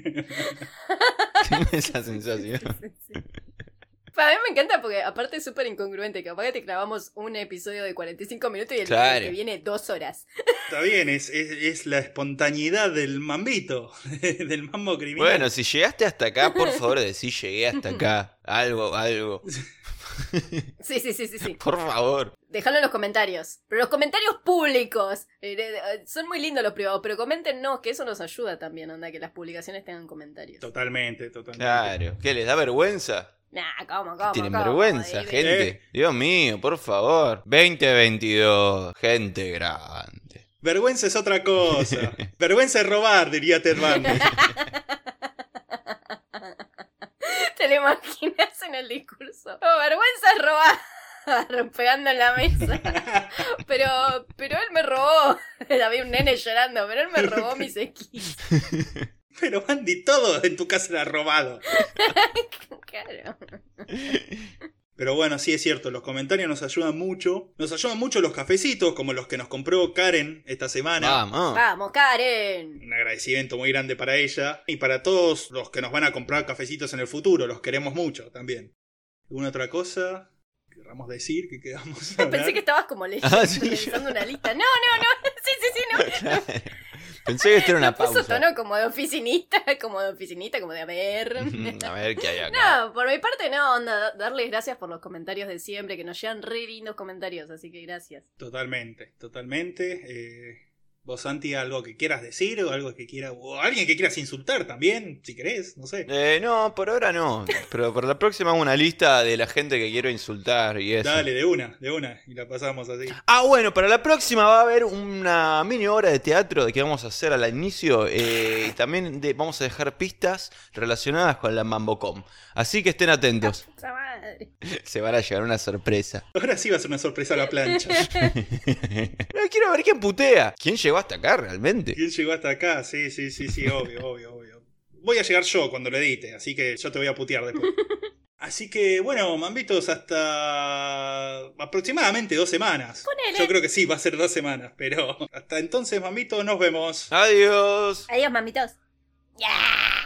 Tengo esa sensación. Sí, sí. A mí me encanta porque aparte es súper incongruente. Capaz que te clavamos un episodio de cuarenta y cinco minutos y el Claro. que viene dos horas. Está bien, es, es, es la espontaneidad del mambito, del mambo criminal. Bueno, si llegaste hasta acá, por favor decí llegué hasta acá. Algo, algo. Sí, sí, sí, sí, sí. Por favor. Dejalo en los comentarios. Pero los comentarios públicos. Eh, eh, eh, son muy lindos los privados, pero coméntenos, que eso nos ayuda también, onda, que las publicaciones tengan comentarios. Totalmente, totalmente. Claro. ¿Qué les da vergüenza? Nah, ¿cómo, cómo, Tienen cómo? vergüenza, Eh, gente. eh. Dios mío, por favor. veinte veintidós, gente grande. Vergüenza es otra cosa. Vergüenza es robar, diría Ted Bundy. ¿Te lo imaginas en el discurso? Oh, vergüenza es robar. Pegando en la mesa. Pero, pero él me robó. Había un nene llorando, pero él me robó mis esquís. Pero Bundy, todo en tu casa era robado. Claro. Pero bueno, sí es cierto, los comentarios nos ayudan mucho. Nos ayudan mucho los cafecitos, como los que nos compró Karen esta semana. Vamos. Vamos, Karen. Un agradecimiento muy grande para ella. Y para todos los que nos van a comprar cafecitos en el futuro, los queremos mucho también. ¿Alguna otra cosa que querramos decir que quedamos a hablar? Pensé que estabas como leyendo, Ah, sí, revisando una lista. No, no, no. Sí, sí, sí, no. Pensé que esto era una Puso pausa. tono como de oficinista, como de oficinista, como de a ver. A ver qué hay acá. No, por mi parte no, onda, darles gracias por los comentarios de siempre, que nos llegan re lindos comentarios, así que gracias. Totalmente, totalmente. Eh, vos, Santi, algo que quieras decir o algo que quieras... O alguien que quieras insultar también, si querés, no sé. Eh, no, por ahora no. Pero por la próxima hago una lista de la gente que quiero insultar y eso. Dale, de una, de una. Y la pasamos así. Ah, bueno, para la próxima va a haber una mini obra de teatro de que vamos a hacer al inicio. Eh, y también de- vamos a dejar pistas relacionadas con la Mambocom. Así que estén atentos. Puta madre. Se van a llevar una sorpresa. Ahora sí va a ser una sorpresa a la plancha. Pero quiero ver quién putea. ¿Quién llegó hasta acá realmente? ¿Quién llegó hasta acá? Sí, sí, sí, sí, obvio, obvio, obvio. Voy a llegar yo cuando lo edite, así que yo te voy a putear después. Así que, bueno, mambitos, hasta aproximadamente dos semanas. Ponele. Yo creo que sí, va a ser dos semanas, pero hasta entonces, mambitos, nos vemos. Adiós. Adiós, mamitos. Ya.